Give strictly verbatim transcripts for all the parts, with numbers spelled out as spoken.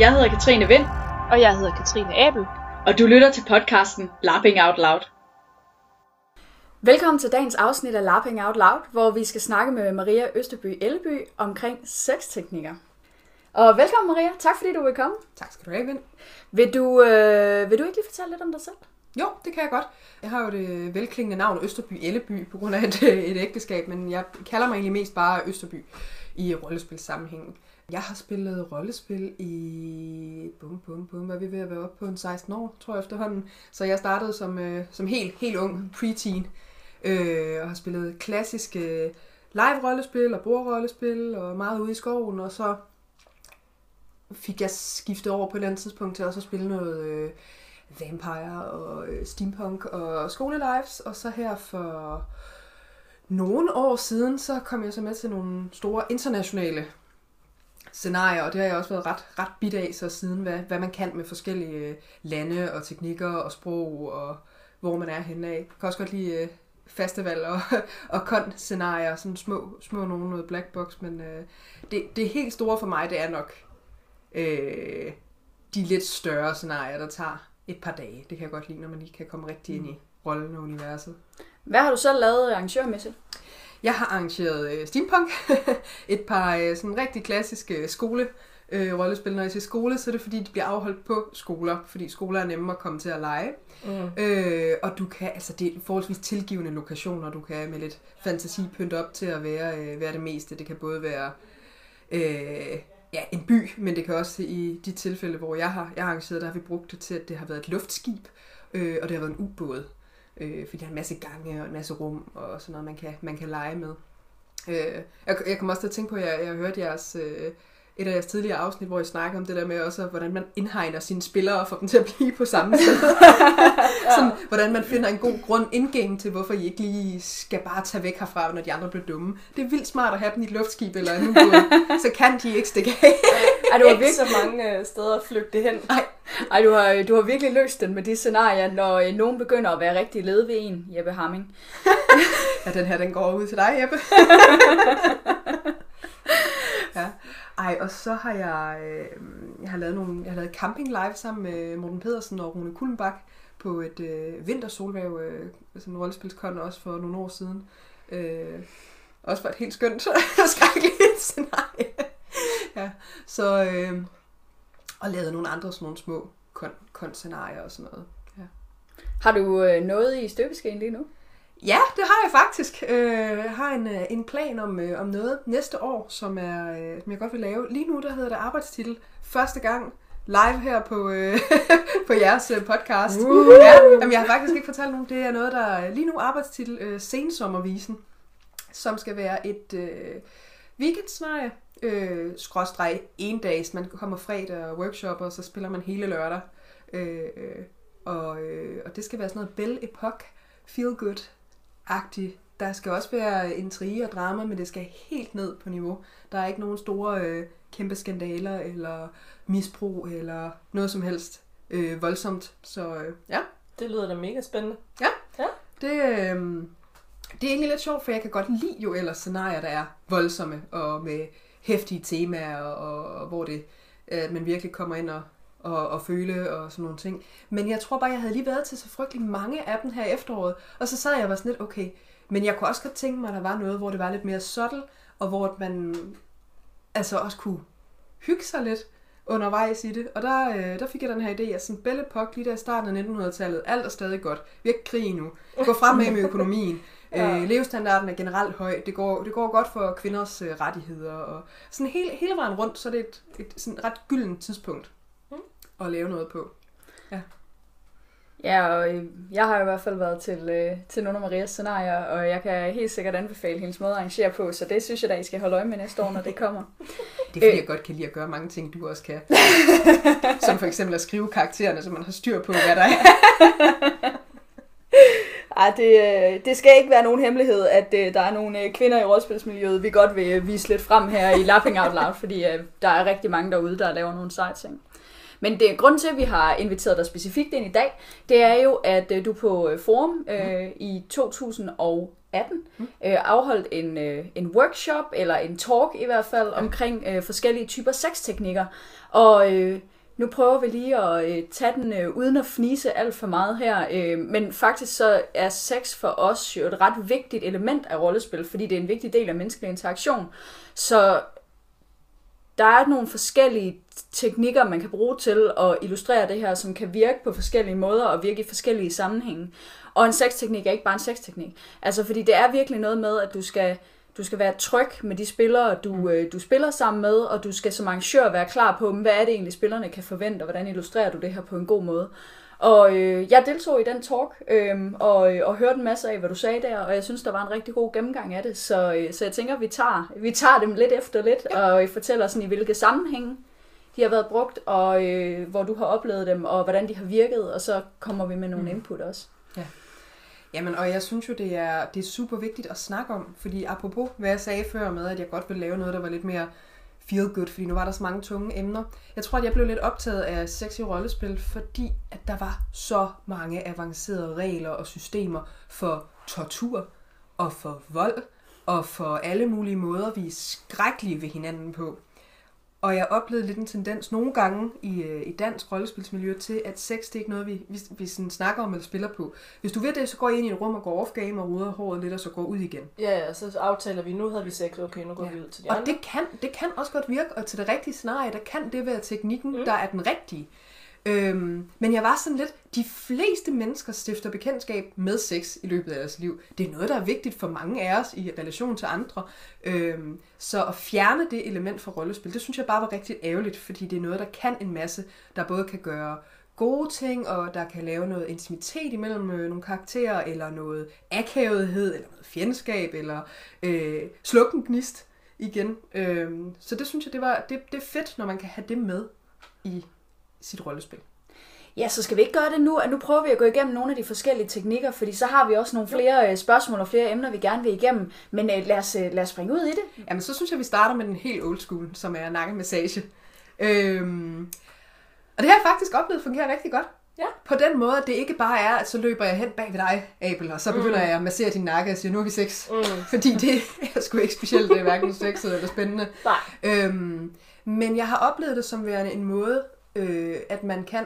Jeg hedder Katrine Vind. Og jeg hedder Katrine Abel. Og du lytter til podcasten Lapping Out Loud. Velkommen til dagens afsnit af Lapping Out Loud, hvor vi skal snakke med Maria Østerby Elleby omkring sexteknikker. Og velkommen Maria, tak fordi du vil komme. Tak skal du have, Vind. Vil du, øh, vil du ikke lige fortælle lidt om dig selv? Jo, det kan jeg godt. Jeg har jo det velklingende navn Østerby Elleby på grund af et, et ægteskab, men jeg kalder mig egentlig mest bare Østerby i rollespilssammenhængen. Jeg har spillet rollespil i bum, bum, bum, hvad er vi ved at være oppe på en seksten år, tror jeg efterhånden. Så jeg startede som, øh, som helt, helt ung preteen øh, og har spillet klassiske live-rollespil og bordrollespil og meget ude i skoven, og så fik jeg skiftet over på et eller andet tidspunkt til også at spille noget øh, vampire og øh, steampunk og skolelives, og så her for nogle år siden, så kom jeg så med til nogle store internationale scenarier, og det har jeg også været ret, ret bit af så siden, hvad, hvad man kan med forskellige lande og teknikker og sprog, og hvor man er henne af. Jeg kan også godt lide øh, festival og, og con-scenarier, sådan små, små nogle, noget black box, men øh, det, det helt store for mig, det er nok øh, de lidt større scenarier, der tager et par dage. Det kan jeg godt lide, når man lige kan komme rigtig ind i rollen og universet. Hvad har du selv lavet arrangørmæssigt? Jeg har arrangeret øh, steampunk, et par øh, sådan rigtig klassiske skole øh, rollespil. Når jeg siger skole, så er det fordi, de bliver afholdt på skoler, fordi skoler er nemme at komme til at lege. Mm. Øh, og du kan, altså det er forholdsvis tilgivende lokationer, du kan med lidt fantasi pynte op til at være, øh, være det meste. Det kan både være øh, ja, en by, men det kan også i de tilfælde, hvor jeg har, jeg har arrangeret, der har vi brugt det til, at det har været et luftskib, øh, og det har været en ubåd. Øh, fordi der er en masse gange og en masse rum og sådan noget, man kan, man kan lege med. Øh, jeg, jeg kommer også til at tænke på, at jeg, jeg hørte jeres, øh, et af jeres tidligere afsnit, hvor I snakker om det der med også, hvordan man indhegner sine spillere og får dem til at blive på samme sted. Sådan, hvordan man finder en god grund indgame til, hvorfor I ikke lige skal bare tage væk herfra, når de andre bliver dumme. Det er vildt smart at have dem i et luftskib eller en ubåd, så kan de ikke stikke af. Ej, du har virkelig så mange steder at flygte hen. Nej. Ej, du har, du har virkelig løst den med de scenarier, når øh, nogen begynder at være rigtig led ved en, Jeppe Hamming. Ja, den her, den går ud til dig, Jeppe. Ja. Ej, og så har jeg, øh, jeg har lavet nogle, jeg har lavet camping live sammen med Morten Pedersen og Rune Kullenbak på et øh, vintersolvæv, øh, sådan en rollespilskon også for nogle år siden. Øh, også var et helt skønt og skrækkeligt scenarie. Ja, så øh, og lavet nogle andre sådan nogle små kon- kon-scenarier og sådan noget. Ja. Har du øh, noget i støbeskeen lige nu? Ja, det har jeg faktisk. Øh, jeg har en, en plan om, øh, om noget næste år, som, er, øh, som jeg godt vil lave. Lige nu der hedder det arbejdstitel. Første gang live her på, øh, på jeres podcast. Uh. Ja, jamen, jeg har faktisk ikke fortalt nogen. Det er noget, der lige nu arbejdstitel øh, Sensommervisen, som skal være et øh, weekendscenarie. Øh, skråstreg en dags. Man kommer fredag og workshopper, og så spiller man hele lørdag. Øh, øh, og, øh, og det skal være sådan noget Belle Epoque, feel good-agtigt. Der skal også være intrige og drama, men det skal helt ned på niveau. Der er ikke nogen store øh, kæmpe skandaler eller misbrug eller noget som helst øh, voldsomt. Så øh, ja. Det lyder da mega spændende. Ja, ja. Det, øh, det er egentlig lidt sjovt, for jeg kan godt lide jo ellers scenarier, der er voldsomme og med heftige temaer, og, og hvor det, øh, man virkelig kommer ind og, og, og føle og sådan nogle ting. Men jeg tror bare, jeg havde lige været til så frygtelig mange af dem her i efteråret, og så sad jeg og var sådan lidt, okay, men jeg kunne også godt tænke mig, at der var noget, hvor det var lidt mere subtle, og hvor man altså også kunne hygge sig lidt undervejs i det. Og der, øh, der fik jeg den her idé, at sådan Belle Epoque lige der i starten af nittenhundredetallet, alt er stadig godt. Vi har ikke krig nu. Gå fremad med økonomien. Ja. Øh, levestandarden er generelt høj. Det går, det går godt for kvinders øh, rettigheder. Og sådan hele, hele vejen rundt, så er det et, et sådan ret gyldent tidspunkt mm. at lave noget på. Ja. Ja, og jeg har i hvert fald været til, øh, til nogle af Marias scenarier, og jeg kan helt sikkert anbefale hendes måde at arrangere på, så det synes jeg da, I skal holde øje med næste år, når det kommer. Det er fordi, jeg godt kan lide at gøre mange ting, du også kan. Som for eksempel at skrive karaktererne, så man har styr på, hvad der er. Ej, det, det skal ikke være nogen hemmelighed, at der er nogle kvinder i rollespilsmiljøet, vi godt vil vise lidt frem her i Lapping Out Loud, fordi der er rigtig mange derude, der laver nogle seje ting. Men det grunden til, at vi har inviteret dig specifikt ind i dag, det er jo, at du på Forum øh, i to tusind og atten mm. øh, afholdt en, øh, en workshop, eller en talk i hvert fald, ja. omkring øh, forskellige typer sexteknikker. Og øh, nu prøver vi lige at øh, tage den øh, uden at fnise alt for meget her, øh, men faktisk så er sex for os jo et ret vigtigt element af rollespil, fordi det er en vigtig del af menneskelig interaktion. Så der er nogle forskellige teknikker, man kan bruge til at illustrere det her, som kan virke på forskellige måder og virke i forskellige sammenhænge. Og en sexteknik er ikke bare en sexteknik. Altså, fordi det er virkelig noget med, at du skal, du skal være tryg med de spillere, du, øh, du spiller sammen med, og du skal som arrangør være klar på, hvad er det egentlig, spillerne kan forvente, og hvordan illustrerer du det her på en god måde. Og øh, jeg deltog i den talk, øh, og, og hørte en masse af, hvad du sagde der, og jeg synes, der var en rigtig god gennemgang af det. Så, øh, så jeg tænker, vi tager, vi tager dem lidt efter lidt, og fortæller sådan, i hvilke sammenhænge de har været brugt, og øh, hvor du har oplevet dem, og hvordan de har virket, og så kommer vi med nogle mm. input også. Ja. Jamen, og jeg synes jo, det er, det er super vigtigt at snakke om, fordi apropos, hvad jeg sagde før med, at jeg godt ville lave noget, der var lidt mere feel good, fordi nu var der så mange tunge emner. Jeg tror, at jeg blev lidt optaget af sex i rollespil, fordi at der var så mange avancerede regler og systemer for tortur, og for vold, og for alle mulige måder, vi er skrækkelige ved hinanden på. Og jeg oplevede lidt en tendens nogle gange i, øh, i dansk rollespilsmiljø til, at sex det er ikke noget, vi, vi, vi sådan snakker om eller spiller på. Hvis du ved det, så går I ind i et rum og går off-game og ruder håret lidt, og så går ud igen. Ja, ja, så aftaler vi, nu havde vi sex, okay, nu går ja. vi ud til de og andre. Og det kan, det kan også godt virke, og til det rigtige scenarie, der kan det være teknikken, mm. der er den rigtige. Øhm, men jeg var sådan lidt, de fleste mennesker stifter bekendtskab med sex i løbet af deres liv. Det er noget, der er vigtigt for mange af os i relation til andre. Øhm, så at fjerne det element fra rollespil, det synes jeg bare var rigtig ærgerligt, fordi det er noget, der kan en masse, der både kan gøre gode ting, og der kan lave noget intimitet imellem øh, nogle karakterer, eller noget akavethed, eller noget fjendskab, eller øh, slukke en gnist igen. Øhm, så det synes jeg, det, var, det, det er fedt, når man kan have det med i sit rollespil. Ja, så skal vi ikke gøre det nu, at nu prøver vi at gå igennem nogle af de forskellige teknikker, fordi så har vi også nogle flere spørgsmål og flere emner, vi gerne vil igennem, men uh, lad, os, uh, lad os springe ud i det. Jamen, så synes jeg, vi starter med den helt old school, som er nakkemassage. Øhm, og det har jeg faktisk oplevet fungerer rigtig godt. Ja. På den måde, at det ikke bare er, at så løber jeg hen bag ved dig, Abel, og så begynder mm. jeg at massere din nakke og siger, nu er vi sex. Mm. Fordi det er sgu ikke specielt, det er hverken sexet eller spændende. Nej. Øhm, men jeg har oplevet det som værende en måde, øh, at man kan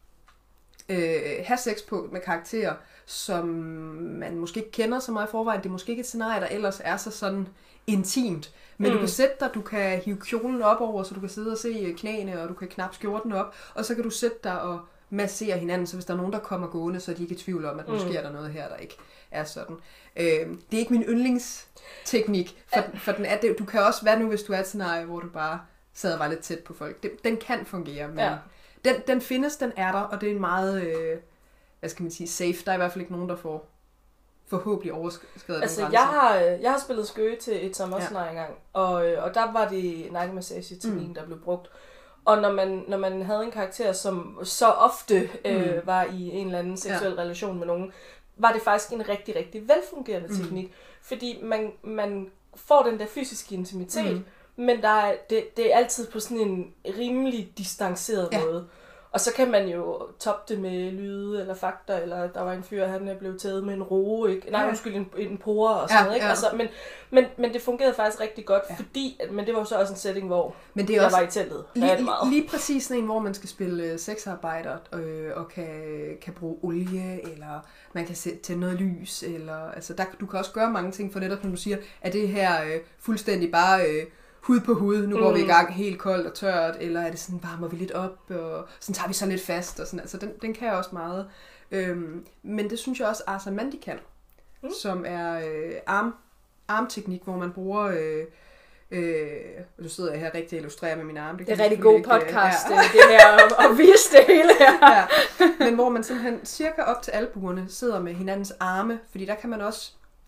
øh, have sex på med karakterer, som man måske ikke kender så meget i forvejen. Det er måske ikke et scenarie, der ellers er så sådan intimt. Men mm. du kan sætte dig, du kan hive kjolen op over, så du kan sidde og se knæene, og du kan knap skjorten op, og så kan du sætte dig og massere hinanden, så hvis der er nogen, der kommer gående, så er de ikke i tvivl om, at nu mm. sker der noget her, der ikke er sådan. Øh, det er ikke min yndlingsteknik, for, for den er det, du kan også være nu, hvis du er et scenarie, hvor du bare sad og var lidt tæt på folk. Det, den kan fungere, men ja. den, den findes, den er der, og det er en meget, øh, hvad skal man sige, safe. Der er i hvert fald ikke nogen, der får forhåbentlig overskredet altså, den grænse. Jeg har, jeg har spillet skøge til et sommerscenarie ja. engang, og, og der var det nakkemassage-teknikken, mm. der blev brugt. Og når man, når man havde en karakter, som så ofte øh, mm. var i en eller anden seksuel ja. relation med nogen, var det faktisk en rigtig, rigtig velfungerende mm. teknik. Fordi man, man får den der fysiske intimitet, mm. men der er, det, det er altid på sådan en rimelig distanceret ja. måde. Og så kan man jo toppe det med lyde eller fakter, eller der var en fyr, han blev taget med en roe, ikke? Nej, undskyld, en, en pore og sådan ja, noget, ikke? Ja. Altså, men, men, men det fungerede faktisk rigtig godt, ja. fordi, men det var jo så også en setting, hvor men det er jeg også var i teltet. Lige, lige, lige præcis sådan en, hvor man skal spille sexarbejder, øh, og kan, kan bruge olie, eller man kan sætte til noget lys, eller, altså der, du kan også gøre mange ting for netop, når du siger, at det her øh, fuldstændig bare... Øh, hud på hud, nu går mm. vi i gang helt koldt og tørt, eller er det sådan, varmer vi lidt op, og sådan tager vi så lidt fast, og sådan, altså den, den kan jeg også meget. Øhm, men det synes jeg også Ars Amandi kan, mm. som er øh, arm, armteknik, hvor man bruger, øh, øh, du sidder jeg her rigtig illustrerer med mine arme. Det, det er rigtig god ikke, podcast, ja. det her, og vise det hele her. Ja. Men hvor man simpelthen cirka op til albuerne sidder med hinandens arme, fordi der kan man også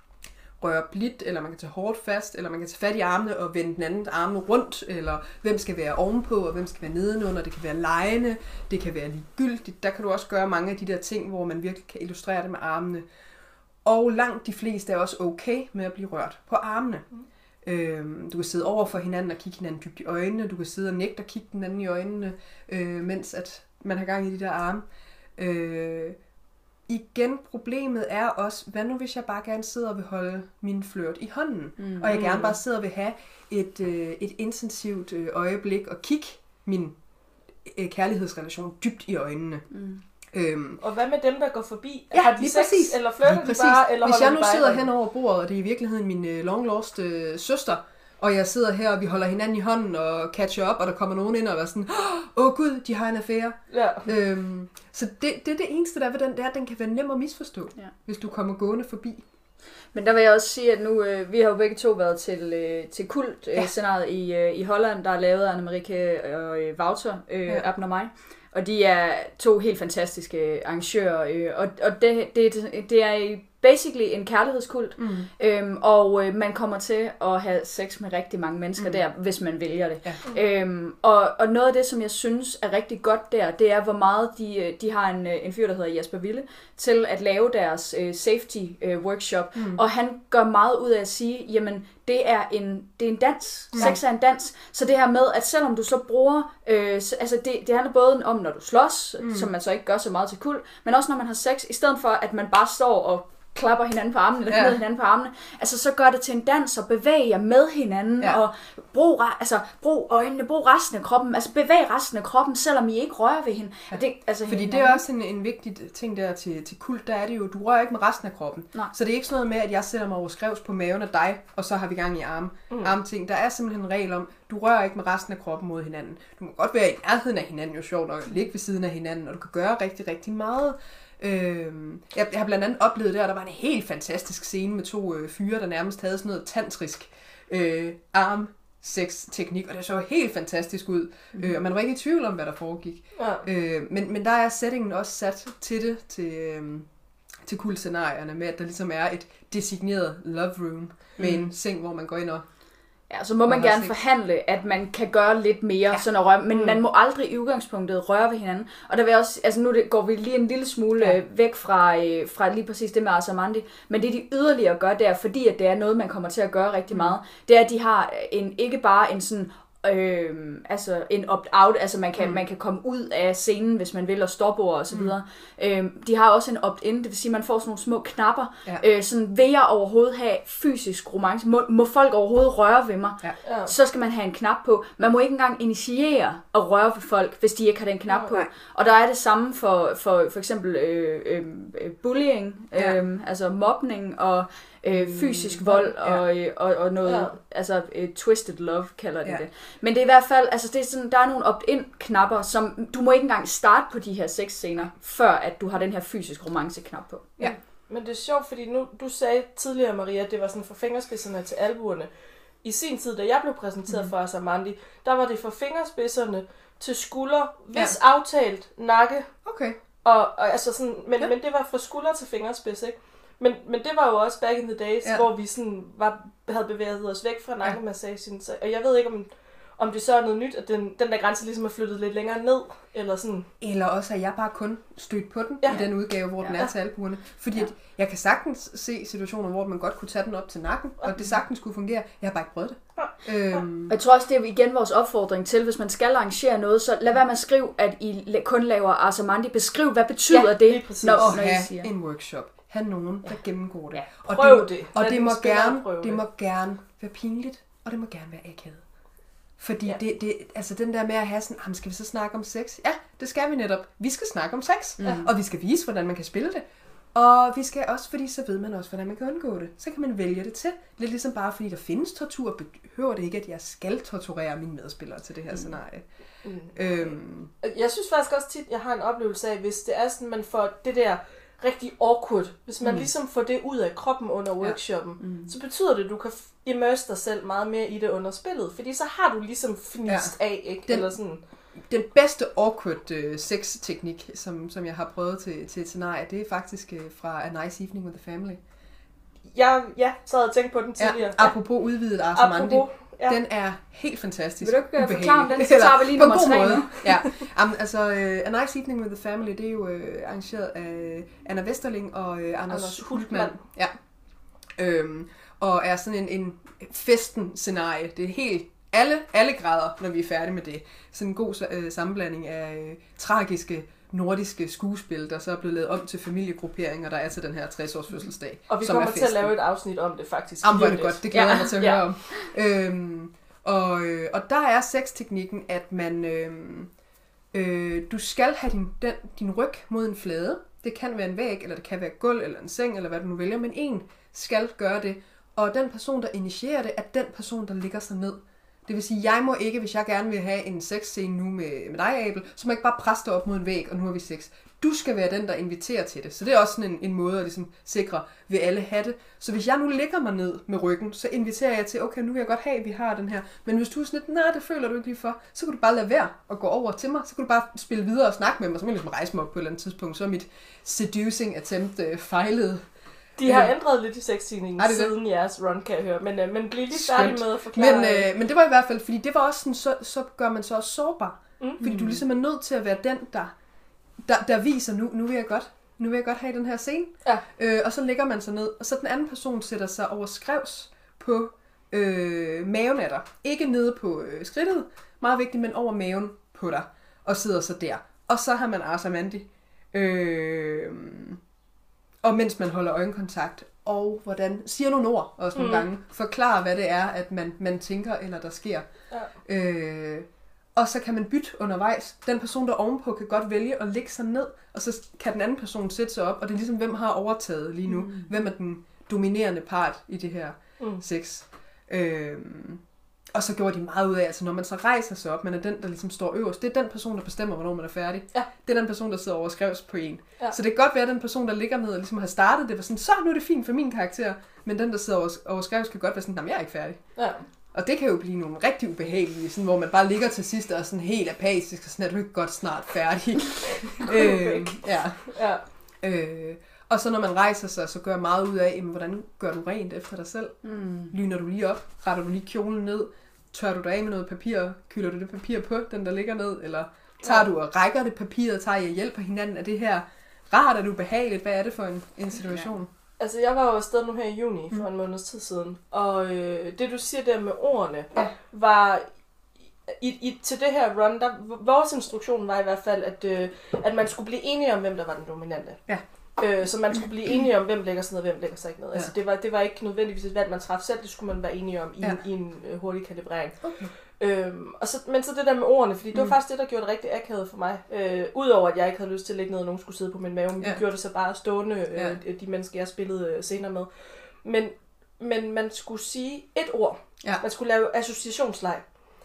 røre blidt, eller man kan tage hårdt fast, eller man kan tage fat i armene og vende den anden arme rundt, eller hvem skal være ovenpå, og hvem skal være nedenunder, det kan være legende, det kan være ligegyldigt. Der kan du også gøre mange af de der ting, hvor man virkelig kan illustrere det med armene. Og langt de fleste er også okay med at blive rørt på armene. Mm. Øhm, du kan sidde over for hinanden og kigge hinanden dybt i øjnene, du kan sidde og nægte at kigge den anden i øjnene, øh, mens at man har gang i de der arme. Øh, igen, problemet er også, hvad nu hvis jeg bare gerne sidder og vil holde min flørt i hånden, mm. og jeg gerne bare sidder og vil have et, øh, et intensivt øh, øjeblik og kigge min øh, kærlighedsrelation dybt i øjnene. Mm. Øhm, og hvad med dem, der går forbi? Ja, har de lige sex, præcis. eller flytter de bare, eller hvis holder jeg de nu bare sidder i hen over bordet, og det er i virkeligheden min øh, long lost øh, søster, og jeg sidder her, og vi holder hinanden i hånden og catcher op, og der kommer nogen ind og er sådan, åh oh, gud, de har en affære. Ja. Øhm, så det, det er det eneste, der er ved den, det er, at den kan være nem at misforstå, ja. hvis du kommer gående forbi. Men der vil jeg også sige, at nu, øh, vi har jo begge to været til, øh, til kult øh, ja. scenariet i, øh, i Holland, der er lavet af Anne-Marike og øh, Wouter, øh, ja. Abner og mig. Og de er to helt fantastiske arrangører, øh, og, og det, det, det er basically en kærlighedskult, mm. øhm, og øh, man kommer til at have sex med rigtig mange mennesker mm. der, hvis man vælger det. Ja. Øhm, og, og noget af det, som jeg synes er rigtig godt der, det er, hvor meget de, de har en, en fyr, der hedder Jesper Ville, til at lave deres øh, safety øh, workshop, mm. og han gør meget ud af at sige, jamen, det er en, det er en dans. Ja. Sex er en dans. Så det her med, at selvom du så bruger, øh, altså det, det handler både om, når du slås, mm. som man så ikke gør så meget til kul, men også når man har sex, i stedet for, at man bare står og klapper hinanden på armene, eller ja. hinanden på armene, altså så gør det til en dans, og bevæge jer med hinanden, ja. og brug, altså, brug øjnene, brug resten af kroppen, altså bevæg resten af kroppen, selvom I ikke rører ved hende. Ja. Det, altså, Fordi hinanden. det er også en, en vigtig ting der til, til kult, der er det jo, du rører ikke med resten af kroppen. Nej. Så det er ikke sådan noget med, at jeg sætter mig over skrevs på maven af dig, og så har vi gang i arm, mm. armting. Der er simpelthen en regel om, du rører ikke med resten af kroppen mod hinanden. Du må godt være i nærheden af hinanden, jo sjovt, og ligge ved siden af hinanden, og du kan gøre rigtig, rigtig meget. Øh, jeg, jeg har blandt andet oplevet det, og der var en helt fantastisk scene med to øh, fyre, der nærmest havde sådan noget tantrisk øh, arm-sex-teknik, og det så helt fantastisk ud, mm. øh, og man var ikke i tvivl om, hvad der foregik. Ja. Øh, men, men der er settingen også sat til det, til, øh, til kultscenarierne, med at der ligesom er et designeret love room, med mm. en seng, hvor man går ind og ja, så må man gerne sex. forhandle, at man kan gøre lidt mere, ja. sådan at røre, men mm. man må aldrig i udgangspunktet røre ved hinanden. Og der vil også, altså nu det, går vi lige en lille smule ja. væk fra, øh, fra lige præcis det med Arsamandi, men det de yderligere gør der, fordi at det er noget, man kommer til at gøre rigtig meget, det er, at de har en, ikke bare en sådan Øh, altså en opt-out, altså man kan, mm. man kan komme ud af scenen, hvis man vil, og stopord og så videre. Mm. Øh, de har også en opt-in, det vil sige, at man får sådan nogle små knapper. Ja. Øh, sådan, vil jeg overhovedet have fysisk romance? Må, må folk overhovedet røre ved mig? Ja. Ja. Så skal man have en knap på. Man må ikke engang initiere at røre ved folk, hvis de ikke har den knap ja. på. Og der er det samme for, for, for eksempel øh, øh, bullying, ja. øh, altså mobning og Øh, fysisk vold og, ja. og, og noget, ja. altså uh, twisted love kalder de ja. det. Men det er i hvert fald, altså det er sådan, der er nogle opt-in-knapper, som du må ikke engang starte på de her sexscener, før at du har den her fysisk romance-knap på. Ja. Men det er sjovt, fordi nu, du sagde tidligere, Maria, at det var sådan fra fingerspidserne til albuerne. I sin tid, da jeg blev præsenteret mm. for Arsamandi, der var det fra fingerspidserne til skulder, hvis ja. aftalt nakke. Okay. Og, og altså sådan, men, ja. men det var fra skulder til fingerspids, ikke? Men, men det var jo også back in the days, ja. hvor vi sådan var, havde bevæget os væk fra nakkemassagen. Så, og jeg ved ikke, om, om det så er noget nyt, at den, den der grænse ligesom er flyttet lidt længere ned. Eller sådan. Eller også, at jeg bare kun stødt på den ja. i den udgave, hvor ja. den er til albuerne. Fordi ja. jeg kan sagtens se situationer, hvor man godt kunne tage den op til nakken, okay. og det sagtens kunne fungere. Jeg har bare ikke prøvet det. Ja. Øhm. Jeg tror også, det er igen vores opfordring til, hvis man skal arrangere noget, så lad være med at skrive, at I kun laver Arsamandi. Beskriv, hvad betyder ja, det, når, når I siger. En workshop. Have nogen, der ja. gennemgår det. Ja. Og Prøv det, det. Og det må, gerne, det må gerne være pinligt, og det må gerne være akavet. Fordi ja. det, det, altså den der med at have sådan, skal vi så snakke om sex? Ja, det skal vi netop. Vi skal snakke om sex, mm. og vi skal vise, hvordan man kan spille det. Og vi skal også, fordi så ved man også, hvordan man kan undgå det. Så kan man vælge det til. Lidt ligesom bare fordi der findes tortur, behøver det ikke, at jeg skal torturere mine medspillere til det her mm. scenarie. Mm. Øhm. Jeg synes faktisk også tit, jeg har en oplevelse af, hvis det er sådan, man får det der rigtig awkward. Hvis man mm. ligesom får det ud af kroppen under workshoppen, ja. mm. så betyder det, at du kan immerse dig selv meget mere i det under spillet. Fordi så har du ligesom finist ja. af, ikke? Den, Eller sådan. Den bedste awkward uh, sex-teknik, som, som jeg har prøvet til, til et scenarie, det er faktisk uh, fra A Nice Evening with the Family. Ja, ja, så havde jeg tænkt på den tidligere. Ja, apropos udvidet Arsamandi. Ja. Den er helt fantastisk. Vil du ikke forklare om den, så tager vi lige nummer tre. Ja, um, altså uh, A Nice Evening with the Family, det er jo uh, arrangeret af Anna Westerling og uh, Anders, Anders Hultmann. Ja. Øhm, og er sådan en, en festen-scenarie. Det er helt alle, alle grader, når vi er færdige med det. Sådan en god uh, sammenblanding af uh, tragiske nordiske skuespil, der så er blevet lavet om til familiegrupperinger, der er til den her tres års fødselsdag. Og vi kommer til at lave et afsnit om det faktisk. Jamen, hvor er det godt. Det glæder ja. jeg mig til at ja. høre om. Øhm, og, øh, og der er sexteknikken, at man øh, øh, du skal have din, den, din ryg mod en flade. Det kan være en væg, eller det kan være et gulv, eller en seng, eller hvad du nu vælger, men en skal gøre det. Og den person, der initierer det, er den person, der ligger sig ned. Det vil sige, jeg må ikke, hvis jeg gerne vil have en sexscene nu med, med dig, Abel, så må jeg ikke bare presse dig op mod en væg, og nu har vi sex. Du skal være den, der inviterer til det. Så det er også sådan en, en måde at ligesom sikre, vil alle have det. Så hvis jeg nu ligger mig ned med ryggen, så inviterer jeg til, okay, nu vil jeg godt have, at vi har den her. Men hvis du er sådan lidt, nej, det føler du ikke lige for, så kan du bare lade være og gå over til mig. Så kan du bare spille videre og snakke med mig, så må jeg ligesom rejse mig op på et eller andet tidspunkt. Så er mit seducing attempt øh, fejlet. De har ændret lidt i sexscenen siden det? Jeres run, kan jeg høre. Men, øh, men bliv lige færdig med at forklare. Men, øh, men det var i hvert fald, fordi det var også sådan, så, så gør man så også sårbar. Mm-hmm. Fordi du ligesom er nødt til at være den, der, der, der viser, nu, nu vil jeg godt. Nu vil jeg godt have den her scene. Ja. Øh, og så lægger man sig ned, og så den anden person sætter sig over skrevs på øh, maven af dig. Ikke nede på øh, skridtet, meget vigtigt, men over maven på dig. Og sidder så der. Og så har man Ars Amandi. Øh, og mens man holder øjenkontakt, og hvordan, siger nogle ord også nogle mm. gange, forklarer hvad det er, at man, man tænker, eller der sker. Ja. Øh, og så kan man bytte undervejs. Den person, der ovenpå, kan godt vælge at lægge sig ned, og så kan den anden person sætte sig op, og det er ligesom, hvem har overtaget lige nu. Mm. Hvem er den dominerende part i det her mm. sex. Øh, og så gjorde de meget ud af, altså når man så rejser sig op, man er den, der ligesom står øverst, det er den person, der bestemmer, hvornår man er færdig. Ja. Det er den person, der sidder over skrevs på en. Ja. Så det kan godt være, at den person, der ligger ned og ligesom har startet det, var sådan, så nu er det fint for min karakter, men den, der sidder over, over skrevs, kan godt være sådan, jamen jeg er ikke færdig. Ja. Og det kan jo blive nogle rigtig ubehagelige, sådan, hvor man bare ligger til sidst og er sådan helt apatisk, og sådan, er du ikke godt snart færdig. øh, ja. ja. Øh, og så når man rejser sig, så gør jeg meget ud af, jamen, hvordan gør du rent efter dig selv? Mm. Lyner du lige op? Retter du lige kjolen ned? Tør du dig af med noget papir? Kylder du det papir på, den der ligger ned? Eller tager ja. du og rækker det papiret? Tager I og hjælper hinanden? Er det her rart? Er det ubehageligt? Hvad er det for en, en situation? Ja. Altså, jeg var jo afsted nu her i juni for mm. en måneds tid siden, og øh, det du siger der med ordene, ja. var i, i, til det her run, der, vores instruktion var i hvert fald, at, øh, at man skulle blive enige om, hvem der var den dominante. Ja. Øh, så man skulle blive enige om, hvem lægger sig ned, og hvem lægger sig ikke ned. Ja. Altså, det var, det var ikke nødvendigvis et valg, man træffede selv, det skulle man være enige om i, ja. en, i en øh, hurtig kalibrering. Okay. Øhm, og så, men så det der med ordene, fordi det var mm. faktisk det, der gjorde det rigtig akavet for mig. Øh, Udover at jeg ikke havde lyst til at ligge ned, og nogen skulle sidde på min mave, men ja. de gjorde det så bare stående, øh, ja. de mennesker, jeg spillede øh, senere med. Men, men man skulle sige et ord. Ja. Man skulle lave associationsleg.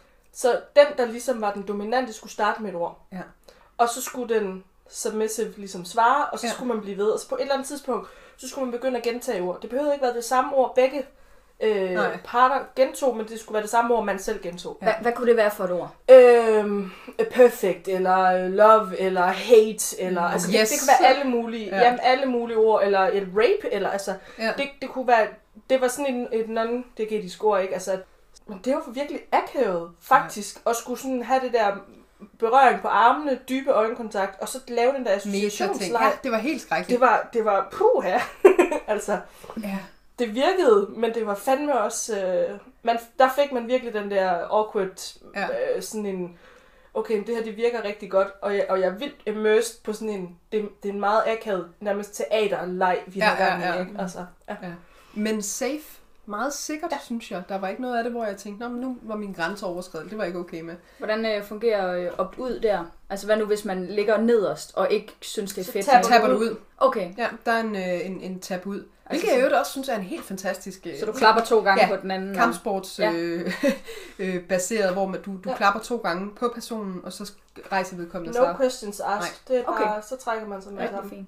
Så den, der ligesom var den dominante, skulle starte med et ord. Ja. Og så skulle den submissive ligesom svare, og så ja. skulle man blive ved. Og så på et eller andet tidspunkt, så skulle man begynde at gentage ord. Det behøvede ikke være det samme ord, begge øh, parter gentog, men det skulle være det samme ord, man selv gentog. Ja. Hvad, hvad kunne det være for et ord? Øhm, perfect, eller love, eller hate, eller mm. altså, yes. det, det kunne være alle mulige, ja. jamen, alle mulige ord, eller et rape, eller altså, ja. det, det kunne være, det var sådan en, et non-degetisk ord, ikke? Altså, men det var for virkelig akavet, faktisk, ja. at skulle sådan have det der berøring på armene, dybe øjenkontakt, og så lave den der associationsleg. Ja, det var helt skrækkeligt. Det var, det var puha, altså. Ja. Det virkede, men det var fandme også, øh, man, der fik man virkelig den der awkward, ja. øh, sådan en, okay, det her det virker rigtig godt, og jeg, og jeg er vildt immersed på sådan en, det, det er en meget akavet, nærmest teaterleg, vi har ja, gang i, ja, ja. ikke? Altså, ja. Ja. Men safe, meget sikkert, ja. synes jeg. Der var ikke noget af det, hvor jeg tænkte, men nu var min grænse overskredet, det var ikke okay med. Hvordan øh, fungerer øh, opt-ud der? Altså hvad nu, hvis man ligger nederst, og ikke synes, det er fedt? Så taber du ud. Okay. Ja, der er en, øh, en, en tab ud. Hvilket jeg jo også synes er en helt fantastisk... Så du klapper to gange ja, på den anden? Kampsports ja. øh, øh, baseret, hvor man, du, du ja. klapper to gange på personen, og så rejser vedkommende no sig. No questions asked. Det er bare, okay. Så trækker man sig med ja, sammen.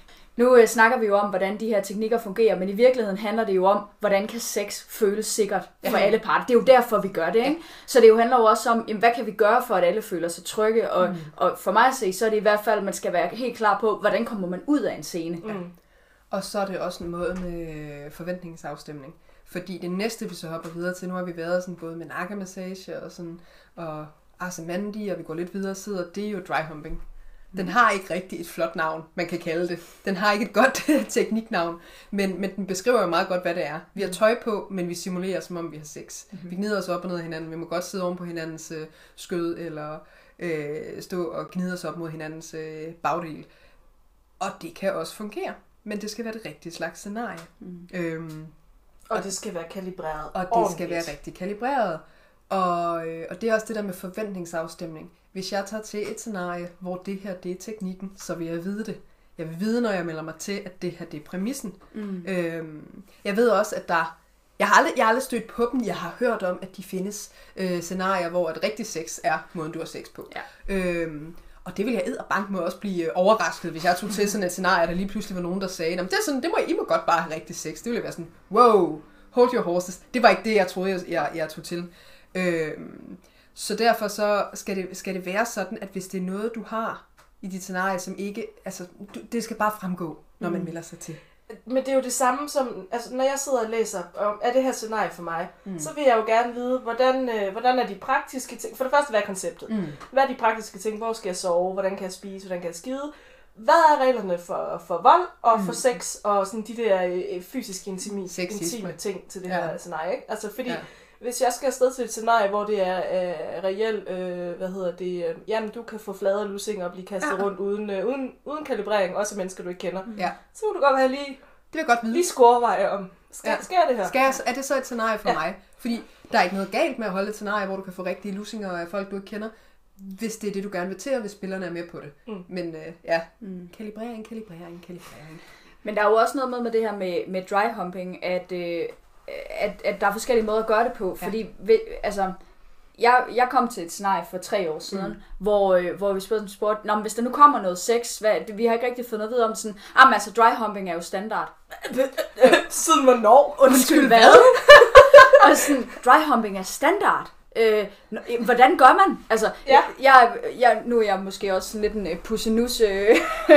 Nu øh, snakker vi jo om, hvordan de her teknikker fungerer, men i virkeligheden handler det jo om, hvordan kan sex føles sikkert for ja. alle parter. Det er jo derfor, vi gør det, ikke? Ja. Så det jo handler jo også om, jamen, hvad kan vi gøre for, at alle føler sig trygge? Og, mm. og for mig at se, så er det i hvert fald, at man skal være helt klar på, hvordan kommer man ud af en scene. Mm. Og så er det også en måde med forventningsafstemning. Fordi det næste, vi så hopper videre til, nu har vi været sådan både med nakkemassage og sådan, og Ars Amandi, og vi går lidt videre og sidder, det er jo dry humping. Den har ikke rigtig et flot navn, man kan kalde det. Den har ikke et godt tekniknavn, men, men den beskriver jo meget godt, hvad det er. Vi har tøj på, men vi simulerer, som om vi har sex. Mm-hmm. Vi gnider os op og ned af hinanden. Vi må godt sidde oven på hinandens øh, skød, eller øh, stå og gnide os op mod hinandens øh, bagdel. Og det kan også fungere, men det skal være det rigtige slags scenarie. Mm. Øhm, og, og det skal være kalibreret Og det ordentligt. skal være rigtig kalibreret. Og, øh, og det er også det der med forventningsafstemning. Hvis jeg tager til et scenarie, hvor det her det er teknikken, så vil jeg vide det. Jeg vil vide, når jeg melder mig til, at det her det er præmissen. Mm. Øhm, jeg ved også, at der... Jeg har, aldrig, jeg har aldrig stødt på dem. Jeg har hørt om, at de findes øh, scenarier, hvor et rigtig sex er måden, du har sex på. Ja. Øhm, og det vil jeg edderbank med også blive overrasket, hvis jeg tog til sådan et scenarie, der lige pludselig var nogen, der sagde, det er sådan, det må I må godt bare have rigtig sex. Det ville være sådan, wow, hold your horses. Det var ikke det, jeg troede, jeg, jeg, jeg tog til. Øhm, så derfor så skal det, skal det være sådan, at hvis det er noget, du har i dit scenarie, som ikke, altså, du, det skal bare fremgå, når man mm. melder sig til. Men det er jo det samme som, altså når jeg sidder og læser om, er det her scenarie for mig, mm. så vil jeg jo gerne vide, hvordan, øh, hvordan er de praktiske ting, for det første, hvad er konceptet? Mm. Hvad er de praktiske ting? Hvor skal jeg sove? Hvordan kan jeg spise? Hvordan kan jeg skide? Hvad er reglerne for, for vold og mm. for sex og sådan de der øh, fysiske intime, intime ting til det ja. her scenarie, ikke? Altså fordi, ja. hvis jeg skal afsted til et scenarie, hvor det er øh, reelt, øh, hvad hedder det, øh, jamen du kan få flade lussinger og blive kastet ja. rundt uden, øh, uden, uden kalibrering, også mennesker du ikke kender, ja. så vil du godt have lige, det vil jeg godt vide. lige scoreveje om, skal, ja. skal jeg det her? Skal jeg, er det så et scenarie for ja. mig? Fordi der er ikke noget galt med at holde et scenarie, hvor du kan få rigtige lussinger af folk du ikke kender, hvis det er det du gerne vil til, og hvis spillerne er med på det. Mm. Men øh, ja, mm. kalibrering, kalibrering, kalibrering. Men der er jo også noget med, med det her med, med dry humping, at øh, At, at der er forskellige måder at gøre det på, fordi ja. altså, jeg, jeg kom til et scenarie for tre år siden, mm. hvor, øh, hvor vi spurgte, spurgte Nå, men hvis der nu kommer noget sex, hvad, vi har ikke rigtig fået noget at vide om sådan, ah, altså dry humping er jo standard. Siden hvornår? Undskyld, hvad? Og sådan, dry humping er standard. Øh, hvordan gør man? Altså, ja. jeg, jeg, nu er jeg måske også sådan lidt en uh, pussenus øh,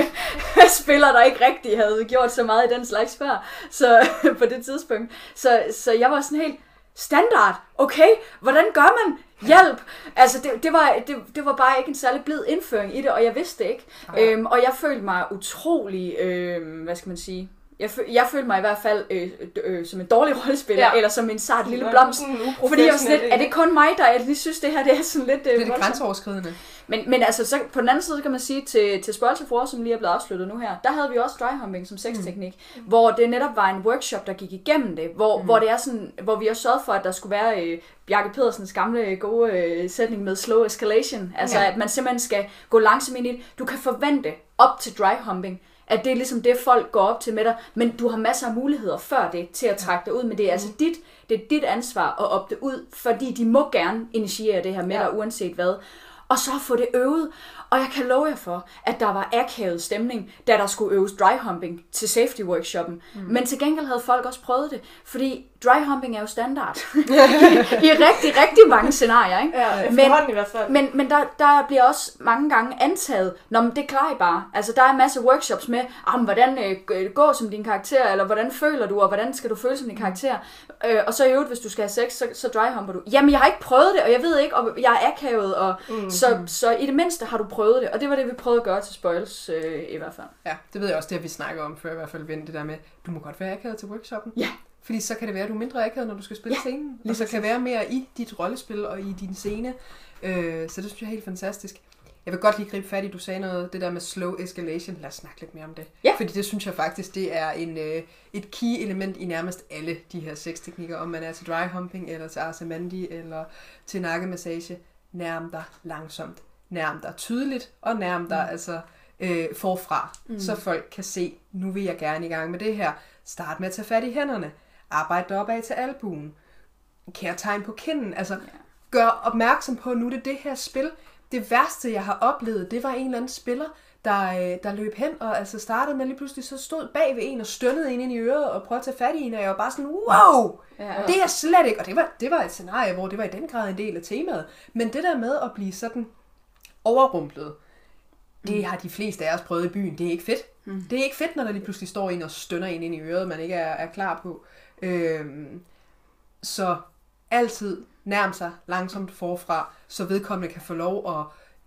spiller, der ikke rigtig havde gjort så meget i den slags før, så på det tidspunkt. Så, så jeg var sådan helt standard. Okay, hvordan gør man? Hjælp! Altså, det, det, var, det, det var bare ikke en særlig blid indføring i det, og jeg vidste det ikke. Ja. Øhm, og jeg følte mig utrolig, øh, hvad skal man sige... Jeg, føl, jeg følte mig i hvert fald øh, øh, som en dårlig rollespiller, ja. eller som en sart lille blomst. Fordi jeg var sådan lidt, er det kun mig, der jeg lige synes, det her det er sådan lidt... Øh, det er det grænseoverskridende. Men, men altså, så på den anden side kan man sige, til, til Spoil to War, som lige er blevet afsluttet nu her, der havde vi også dry humping som sexteknik, mm. hvor det netop var en workshop, der gik igennem det, hvor, mm. hvor, det er sådan, hvor vi også sørgede for, at der skulle være øh, Bjarke Pedersens gamle gode øh, sætning med slow escalation. Altså, ja. at man simpelthen skal gå langsomt ind i det. Du kan forvente op til dry humping, at det er ligesom det, folk går op til med dig, men du har masser af muligheder før det til at trække dig ud, men det er altså dit, det er dit ansvar at opte ud, fordi de må gerne initiere det her med ja. dig, uanset hvad. Og så få det øvet. Og jeg kan love jer for, at der var akavet stemning, da der skulle øves dry humping til safety workshoppen. Mm. Men til gengæld havde folk også prøvet det, fordi dry humping er jo standard i, i rigtig, rigtig mange scenarier. Ikke? Ja, men, i hvert fald. Men, men der, der bliver også mange gange antaget, nå, men det klarer I bare. Altså, der er en masse workshops med, ah, hvordan øh, går som din karakter, eller hvordan føler du, og hvordan skal du føle som din karakter. Øh, og så i øvrigt, hvis du skal have sex, så, så dry humper du. Jamen, jeg har ikke prøvet det, og jeg ved ikke, og jeg er akavet, og mm. så, så i det mindste har du prøvet det, og det var det, vi prøvede at gøre til Spoils øh, i hvert fald. Ja, det ved jeg også, det har vi snakket om før, i hvert fald vende det der med, du må godt være akavet til workshoppen. Ja. Fordi så kan det være, at du er mindre akavet, når du skal spille ja, scenen, og så kan være mere i dit rollespil og i din scene. Øh, så det synes jeg er helt fantastisk. Jeg vil godt lige gribe fat i, du sagde noget, det der med slow escalation. Lad os snakke lidt mere om det. Ja. Fordi det synes jeg faktisk, det er en, øh, et key element i nærmest alle de her sexteknikker, om man er til dry humping, eller til arsamandi, eller til nakkemassage. Nærm dig langsomt. Nærm dig tydeligt, og nærm dig mm. altså øh, forfra, mm. så folk kan se, nu vil jeg gerne i gang med det her. Start med at tage fat i hænderne. Arbejd dig opad til albuen. Kær tegn på kinden. Altså, gør opmærksom på, nu er det det her spil. Det værste, jeg har oplevet, det var en eller anden spiller, der, der løb hen og altså startede med lige pludselig, så stod bag ved en og stønnede en ind i øret og prøvede at tage fat i en, og jeg var bare sådan, wow, ja. Det er slet ikke. Og det var, det var et scenarie, hvor det var i den grad en del af temaet. Men det der med at blive sådan overrumplet, det mm. har de fleste af os prøvet i byen. Det er ikke fedt. Mm. Det er ikke fedt, når der lige pludselig står en og stønner en ind i øret, man ikke er, er klar på. Øhm, så altid nærm sig langsomt forfra, så vedkommende kan få lov at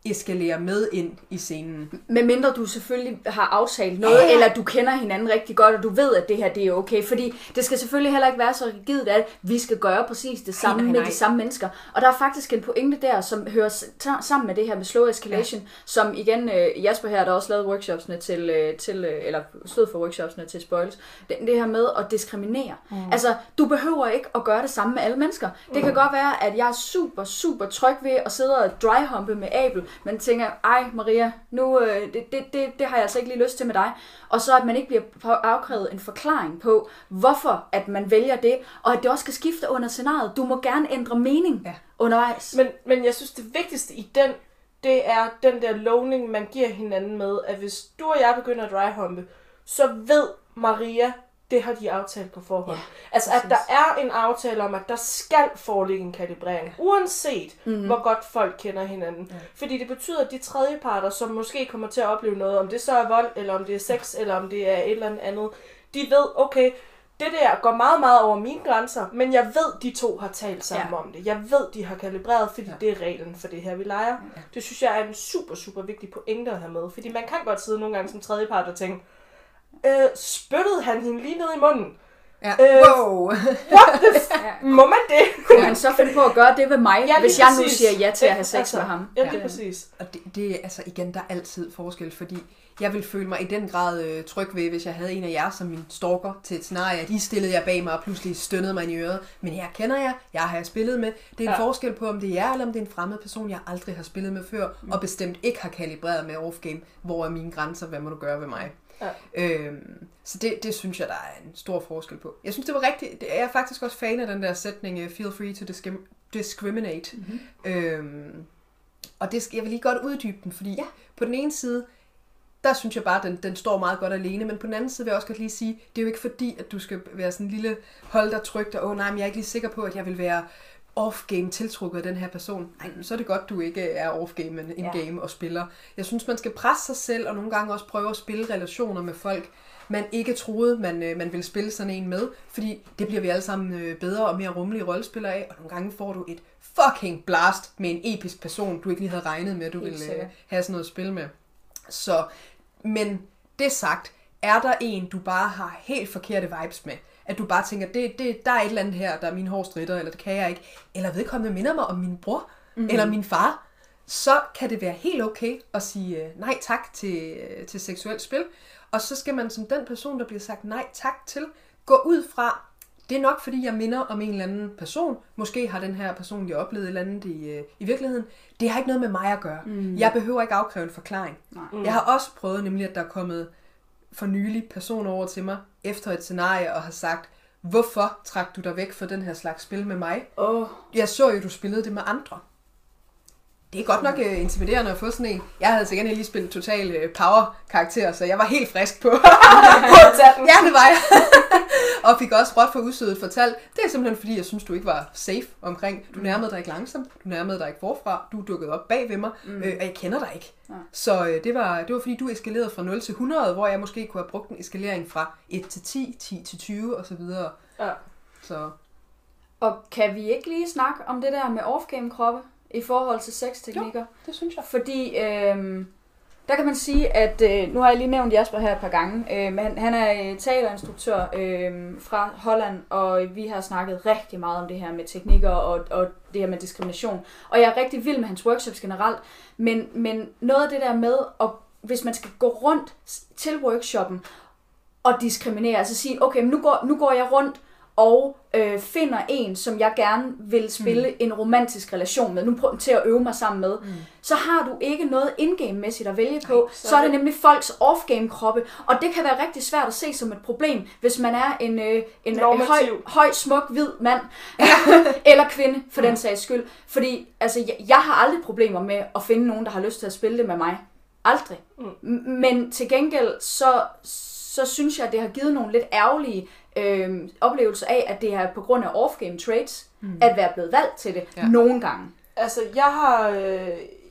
eskalere med ind i scenen. Med mindre du selvfølgelig har aftalt noget, ja. Eller du kender hinanden rigtig godt, og du ved, at det her det er okay. Fordi det skal selvfølgelig heller ikke være så rigidt, at vi skal gøre præcis det samme nej, nej, nej. med de samme mennesker. Og der er faktisk en pointe der, som hører sammen med det her med slow escalation, ja. Som igen, Jasper her, der også lavet workshopsene til, til eller stod for workshopsene til Spoils, det, det her med at diskriminere. Mm. Altså, du behøver ikke at gøre det samme med alle mennesker. Det kan mm. godt være, at jeg er super, super tryg ved at sidde og dryhumpe med Abel, men tænker, ej Maria, nu, øh, det, det, det, det har jeg altså ikke lige lyst til med dig. Og så at man ikke bliver afkrævet en forklaring på, hvorfor at man vælger det, og at det også skal skifte under scenariet. Du må gerne ændre mening ja. undervejs. Men, men jeg synes, det vigtigste i den, det er den der lovning, man giver hinanden med, at hvis du og jeg begynder at dryhumpe, så ved Maria, det har de aftalt på forhånd. Ja, altså, at der er en aftale om, at der skal foreligge en kalibrering, uanset mm-hmm. hvor godt folk kender hinanden. Ja. Fordi det betyder, at de tredjeparter, som måske kommer til at opleve noget, om det så er vold, eller om det er sex, eller om det er et eller andet, de ved, okay, det der går meget, meget over mine grænser, men jeg ved, de to har talt sammen ja. om det. Jeg ved, de har kalibreret, fordi ja. det er reglen for det her, vi leger. Ja. Det synes jeg er en super, super vigtig pointe at have med. Fordi man kan godt sidde nogle gange som tredjepart og tænke, Øh, spyttede han hende lige ned i munden? Ja. Øh, wow! What the f- ja. Må man det? Kunne han så finde på at gøre det ved mig, ja, hvis jeg nu siger ja til at have sex altså, med ham? Ja, lige præcis. Og det, det er altså igen, der er altid forskel, fordi jeg vil føle mig i den grad øh, tryg ved, hvis jeg havde en af jer som min stalker til et scenarie. De stillede jeg bag mig og pludselig stønnede mig i øret. Men jeg kender jer, jeg har spillet med. Det er en ja. forskel på, om det er jer, eller om det er en fremmed person, jeg aldrig har spillet med før, mm. og bestemt ikke har kalibreret med off-game. Hvor er mine grænser? Hvad må du gøre ved mig? Ja. Øhm, så det, det synes jeg, der er en stor forskel på. Jeg synes, det var rigtigt. Det er jeg faktisk også fan af den der sætning, feel free to discrim- discriminate. Mm-hmm. Øhm, og det, jeg vil lige godt uddybe den, fordi ja. på den ene side, der synes jeg bare, at den, den står meget godt alene, men på den anden side vil jeg også godt lige sige, det er jo ikke fordi, at du skal være sådan en lille hold, der trygt, og åh nej, men jeg er ikke lige sikker på, at jeg vil være off-game tiltrukket af den her person. Nej, så er det godt, du ikke er off-game, men in-game ja. og spiller. Jeg synes, man skal presse sig selv, og nogle gange også prøve at spille relationer med folk, man ikke troede, man, man ville spille sådan en med, fordi det bliver vi alle sammen bedre og mere rummelige rollespillere af, og nogle gange får du et fucking blast med en episk person, du ikke lige havde regnet med, at du ville have sådan noget at spille med. Så, men det sagt, er der en, du bare har helt forkerte vibes med, at du bare tænker, det, det, der er et eller andet her, der er min hårde stritter, eller det kan jeg ikke, eller vedkommende minder mig om min bror, mm-hmm. eller min far, så kan det være helt okay at sige nej tak til, til seksuelt spil, og så skal man som den person, der bliver sagt nej tak til, gå ud fra, det er nok fordi jeg minder om en eller anden person, måske har den her person jeg oplevet et eller andet i, i virkeligheden, det har ikke noget med mig at gøre, mm. jeg behøver ikke afkræve en forklaring. Mm. Jeg har også prøvet nemlig, at der er kommet for nylig personer over til mig, efter et scenarie, og har sagt, hvorfor trak du dig væk fra den her slags spil med mig? Oh. Jeg så jo, du spillede det med andre. Det er godt nok uh, intimiderende at få sådan en. Jeg havde til gengæld lige spillet total uh, power-karakter, så jeg var helt frisk på, på tatten. Ja, det var jeg. Og fik også råt for usødet fortalt. Det er simpelthen fordi, jeg synes, du ikke var safe omkring. Du nærmede dig ikke langsomt. Du nærmede dig ikke forfra. Du dukkede op bag ved mig. Mm. Øh, og jeg kender dig ikke. Ja. Så øh, det, var, det var fordi, du eskalerede fra nul til hundrede, hvor jeg måske kunne have brugt en eskalering fra et til ti, ti til tyve osv. Ja. Så. Og kan vi ikke lige snakke om det der med off-game-kroppe i forhold til sexteknikker? Jo, det synes jeg. Fordi øh, der kan man sige, at øh, nu har jeg lige nævnt Jasper her et par gange, øh, men han er teaterinstruktør øh, fra Holland, og vi har snakket rigtig meget om det her med teknikker og, og det her med diskrimination. Og jeg er rigtig vild med hans workshops generelt, men, men noget af det der med, at hvis man skal gå rundt til workshoppen og diskriminere, altså sige, okay, nu går, nu går jeg rundt og øh, finder en, som jeg gerne vil spille mm. en romantisk relation med, nu prøver til at øve mig sammen med, mm. så har du ikke noget in-game-mæssigt at vælge på. Ej, så, så er det nemlig folks off-game-kroppe, og det kan være rigtig svært at se som et problem, hvis man er en, øh, en høj, høj, smuk, hvid mand, eller kvinde, for mm. den sags skyld. Fordi altså, jeg, jeg har aldrig problemer med at finde nogen, der har lyst til at spille det med mig. Aldrig. Mm. Men til gengæld, så, så synes jeg, at det har givet nogle lidt ærgerlige Øh, oplevelse af, at det er på grund af off-game traits, mm. at være blevet valgt til det ja. nogle gange. Altså, jeg har øh,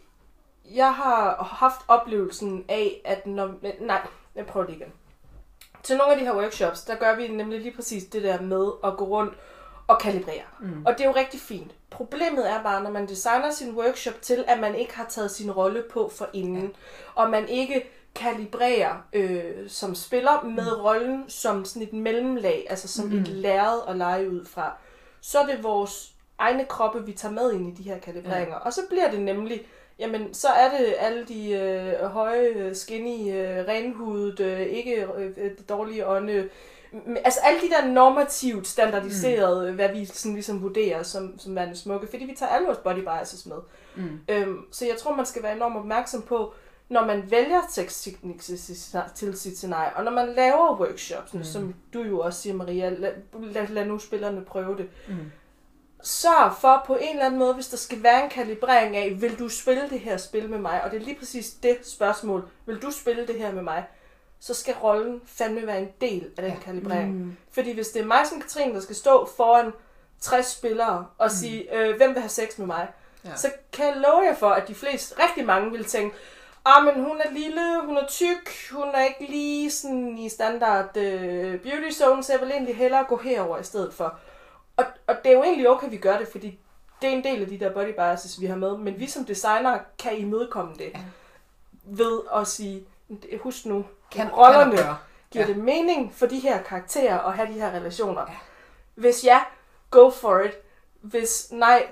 jeg har haft oplevelsen af, at når... Nej, jeg prøver det igen. Til nogle af de her workshops, der gør vi nemlig lige præcis det der med at gå rundt og kalibrere. Mm. Og det er jo rigtig fint. Problemet er bare, når man designer sin workshop til, at man ikke har taget sin rolle på forinden, ja. og man ikke kalibrerer øh, som spiller med mm. rollen som sådan et mellemlag, altså som mm. et lærred at lege ud fra, så er det vores egne kroppe, vi tager med ind i de her kalibreringer. Ja. Og så bliver det nemlig, jamen så er det alle de øh, høje, skinny, øh, renhudet, øh, ikke øh, dårlige ånde, altså alle de der normativt standardiserede, mm. hvad vi sådan ligesom vurderer som, som værende smukke, fordi vi tager alle vores body biases med. Mm. Øhm, så jeg tror, man skal være enormt opmærksom på, når man vælger tekstteknik til sit scenarie, og når man laver workshops, mm. som du jo også siger, Maria, lad, lad, lad nu spillerne prøve det. Mm. Sørg for på en eller anden måde, hvis der skal være en kalibrering af, vil du spille det her spil med mig? Og det er lige præcis det spørgsmål. Vil du spille det her med mig? Så skal rollen fandme være en del af den ja. kalibrering. Mm. Fordi hvis det er mig som Katrine, der skal stå foran tres spillere og mm. sige, øh, hvem vil have sex med mig? Ja. Så kan jeg love jer for, at de fleste, rigtig mange vil tænke, ah, men hun er lille, hun er tyk, hun er ikke lige sådan i standard øh, beauty zone, så jeg vil egentlig hellere gå herover i stedet for. Og, og det er jo egentlig okay, at vi gør det, fordi det er en del af de der body biases, vi har med, men vi som designer kan imødekomme det ja. ved at sige, husk nu, kan rollerne kan giver ja. det mening for de her karakterer at have de her relationer. Ja. Hvis ja, go for it. Hvis nej,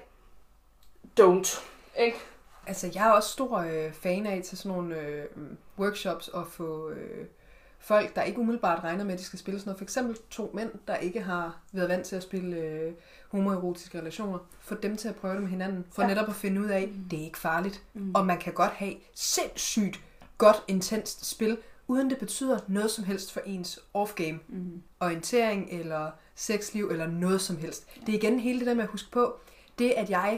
don't. Ikke? Altså, jeg er også stor øh, fan af til sådan nogle øh, workshops og få øh, folk, der ikke umiddelbart regner med, at de skal spille sådan noget. For eksempel to mænd, der ikke har været vant til at spille øh, homoerotiske relationer. Få dem til at prøve det med hinanden. For ja. netop at finde ud af, at det er ikke farligt. Mm. Og man kan godt have sindssygt godt, intenst spil, uden det betyder noget som helst for ens off-game. Mm. Orientering eller sexliv eller noget som helst. Ja. Det er igen hele det der med at huske på, det at jeg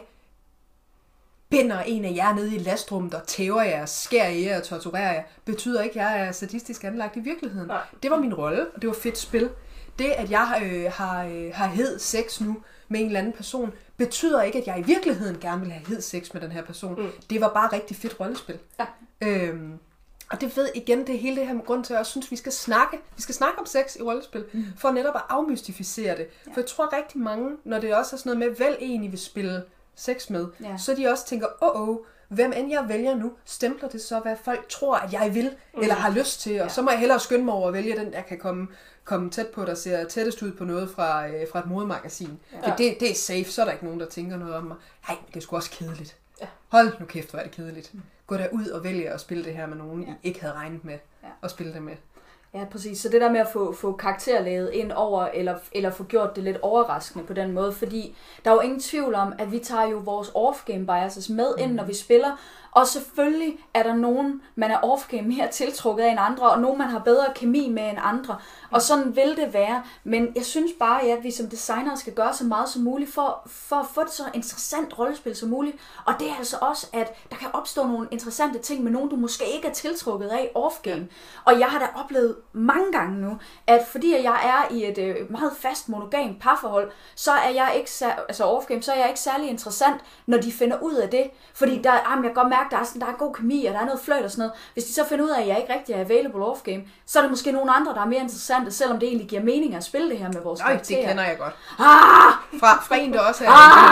binder en af jer nede i lastrummet og tæver jer, skærer jer og torturerer jer, betyder ikke, at jeg er sadistisk anlagt i virkeligheden. Nej. Det var min rolle, og det var fedt spil. Det, at jeg øh, har, øh, har hed sex nu med en eller anden person, betyder ikke, at jeg i virkeligheden gerne vil have hed sex med den her person. Mm. Det var bare rigtig fedt rollespil. Ja. Øhm, og det ved igen, det er hele det her med grund til, at jeg også synes, vi skal snakke. Vi skal snakke om sex i rollespil, mm. for netop at afmystificere det. Ja. For jeg tror rigtig mange, når det også er sådan noget med, vel en, I vil spille sex med, ja. så de også tænker, åh, åh, hvem end jeg vælger nu, stempler det så, hvad folk tror, at jeg vil, mm. eller har lyst til, og ja. så må jeg hellere skynde mig over at vælge den, der kan komme, komme tæt på, der ser tættest ud på noget fra, øh, fra et modemagasin. Ja. For det, det er safe, så er der ikke nogen, der tænker noget om mig. Nej, det er sgu også kedeligt. Ja. Hold nu kæft, hvor er det kedeligt. Mm. Gå derud og vælge at spille det her med nogen, ja. I ikke havde regnet med ja. at spille det med. Ja, præcis. Så det der med at få, få karakterlaget ind over, eller, eller få gjort det lidt overraskende på den måde, fordi der er jo ingen tvivl om, at vi tager jo vores off-game biases med ind, mm. når vi spiller, og selvfølgelig er der nogen, man er off-game mere tiltrukket af end andre, og nogen, man har bedre kemi med end andre, og sådan vil det være, men jeg synes bare, at vi som designere skal gøre så meget som muligt, for, for at få det så interessant rollespil som muligt, og det er altså også, at der kan opstå nogle interessante ting med nogen, du måske ikke er tiltrukket af off-game, ja. Og jeg har da oplevet mange gange nu, at fordi jeg er i et øh, meget fast monogamt parforhold, så er jeg ikke, altså off-game, så er jeg ikke særlig interessant, når de finder ud af det, fordi der, jamen, jeg kan godt mærke, der er, sådan, der er god kemi, og der er noget fløjt og sådan noget. Hvis de så finder ud af, at jeg ikke rigtig er available off-game, så er det måske nogle andre, der er mere interessante, selvom det egentlig giver mening at spille det her med vores karakterer. Nej, det kender jeg godt. Ah! Fra, fra en, der også er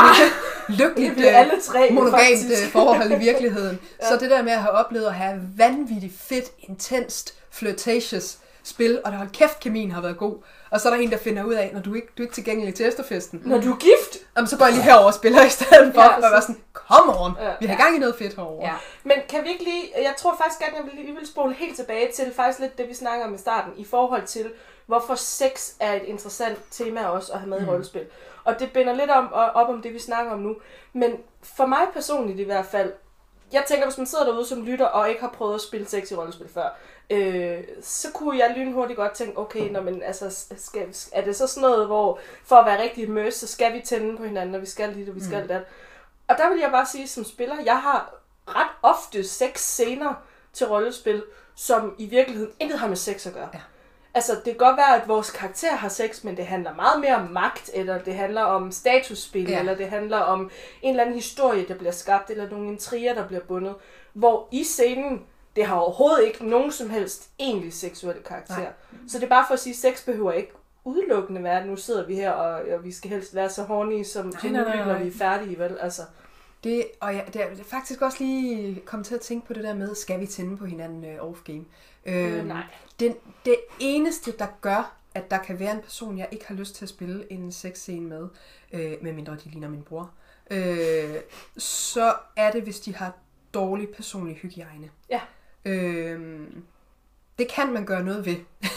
ah! lykkeligt alle tre, monogamt forhold i virkeligheden. Ja. Så det der med at have oplevet at have vanvittigt fedt, intenst, flirtatious spil, og der har kæft, kemien har været god. Og så er der en, der finder ud af, når du ikke, du er ikke tilgængelig til efterfesten. Når du er gift? Jamen, så går jeg lige herover og spiller i stedet for, ja, og jeg var sådan, come on, ja, vi har ja. gang i noget fedt herovre. Ja. Men kan vi ikke lige, jeg tror faktisk gerne, jeg vil, vi vil spole helt tilbage til faktisk lidt det, vi snakker om i starten, i forhold til, hvorfor sex er et interessant tema også at have med mm. i rollespil. Og det binder lidt om, op om det, vi snakker om nu. Men for mig personligt i hvert fald, jeg tænker, hvis man sidder derude som lytter, og ikke har prøvet at spille sex i rollespil før, øh, så kunne jeg lynhurtigt godt tænke, okay, når man, altså, skal, er det så sådan noget, hvor for at være rigtig immersive, så skal vi tænde på hinanden, og vi skal lidt, og vi skal mm. det. Og der vil jeg bare sige som spiller, jeg har ret ofte seks scener til rollespil, som i virkeligheden intet har med sex at gøre. Ja. Altså, det kan godt være, at vores karakter har sex, men det handler meget mere om magt, eller det handler om statusspil, ja. Eller det handler om en eller anden historie, der bliver skabt, eller nogle intriger, der bliver bundet. Hvor i scenen, det har overhovedet ikke nogen som helst egentlig seksuelle karakter. Nej. Så det er bare for at sige, at sex behøver ikke udelukkende være, at nu sidder vi her, og, og vi skal helst være så horny som Nej, som nej, nej, muligt, nej. når vi er færdige, vel? Altså, Det, og jeg, det er faktisk også lige kommet til at tænke på det der med, skal vi tænde på hinanden øh, off-game? øh, Øhm, nej. det, det eneste, der gør, at der kan være en person, jeg ikke har lyst til at spille en sexscene med, øh, medmindre de ligner min bror, øh, så er det, hvis de har dårlig personlig hygiejne. Ja. Øh, det kan man gøre noget ved.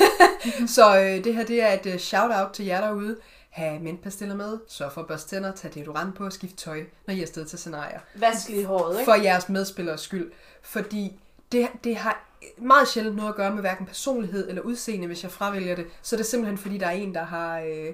Så øh, det her, det er et uh, shout-out til jer derude. Ha' mintpastiller med, sørg for at børste tænder, tag deodorant på og skift tøj, når I er afsted til scenarier. Vask lige håret, ikke? For jeres medspillers skyld. Fordi det, det har meget sjældent noget at gøre med hverken personlighed eller udseende, hvis jeg fravælger det. Så er det simpelthen fordi, der er en, der har øh,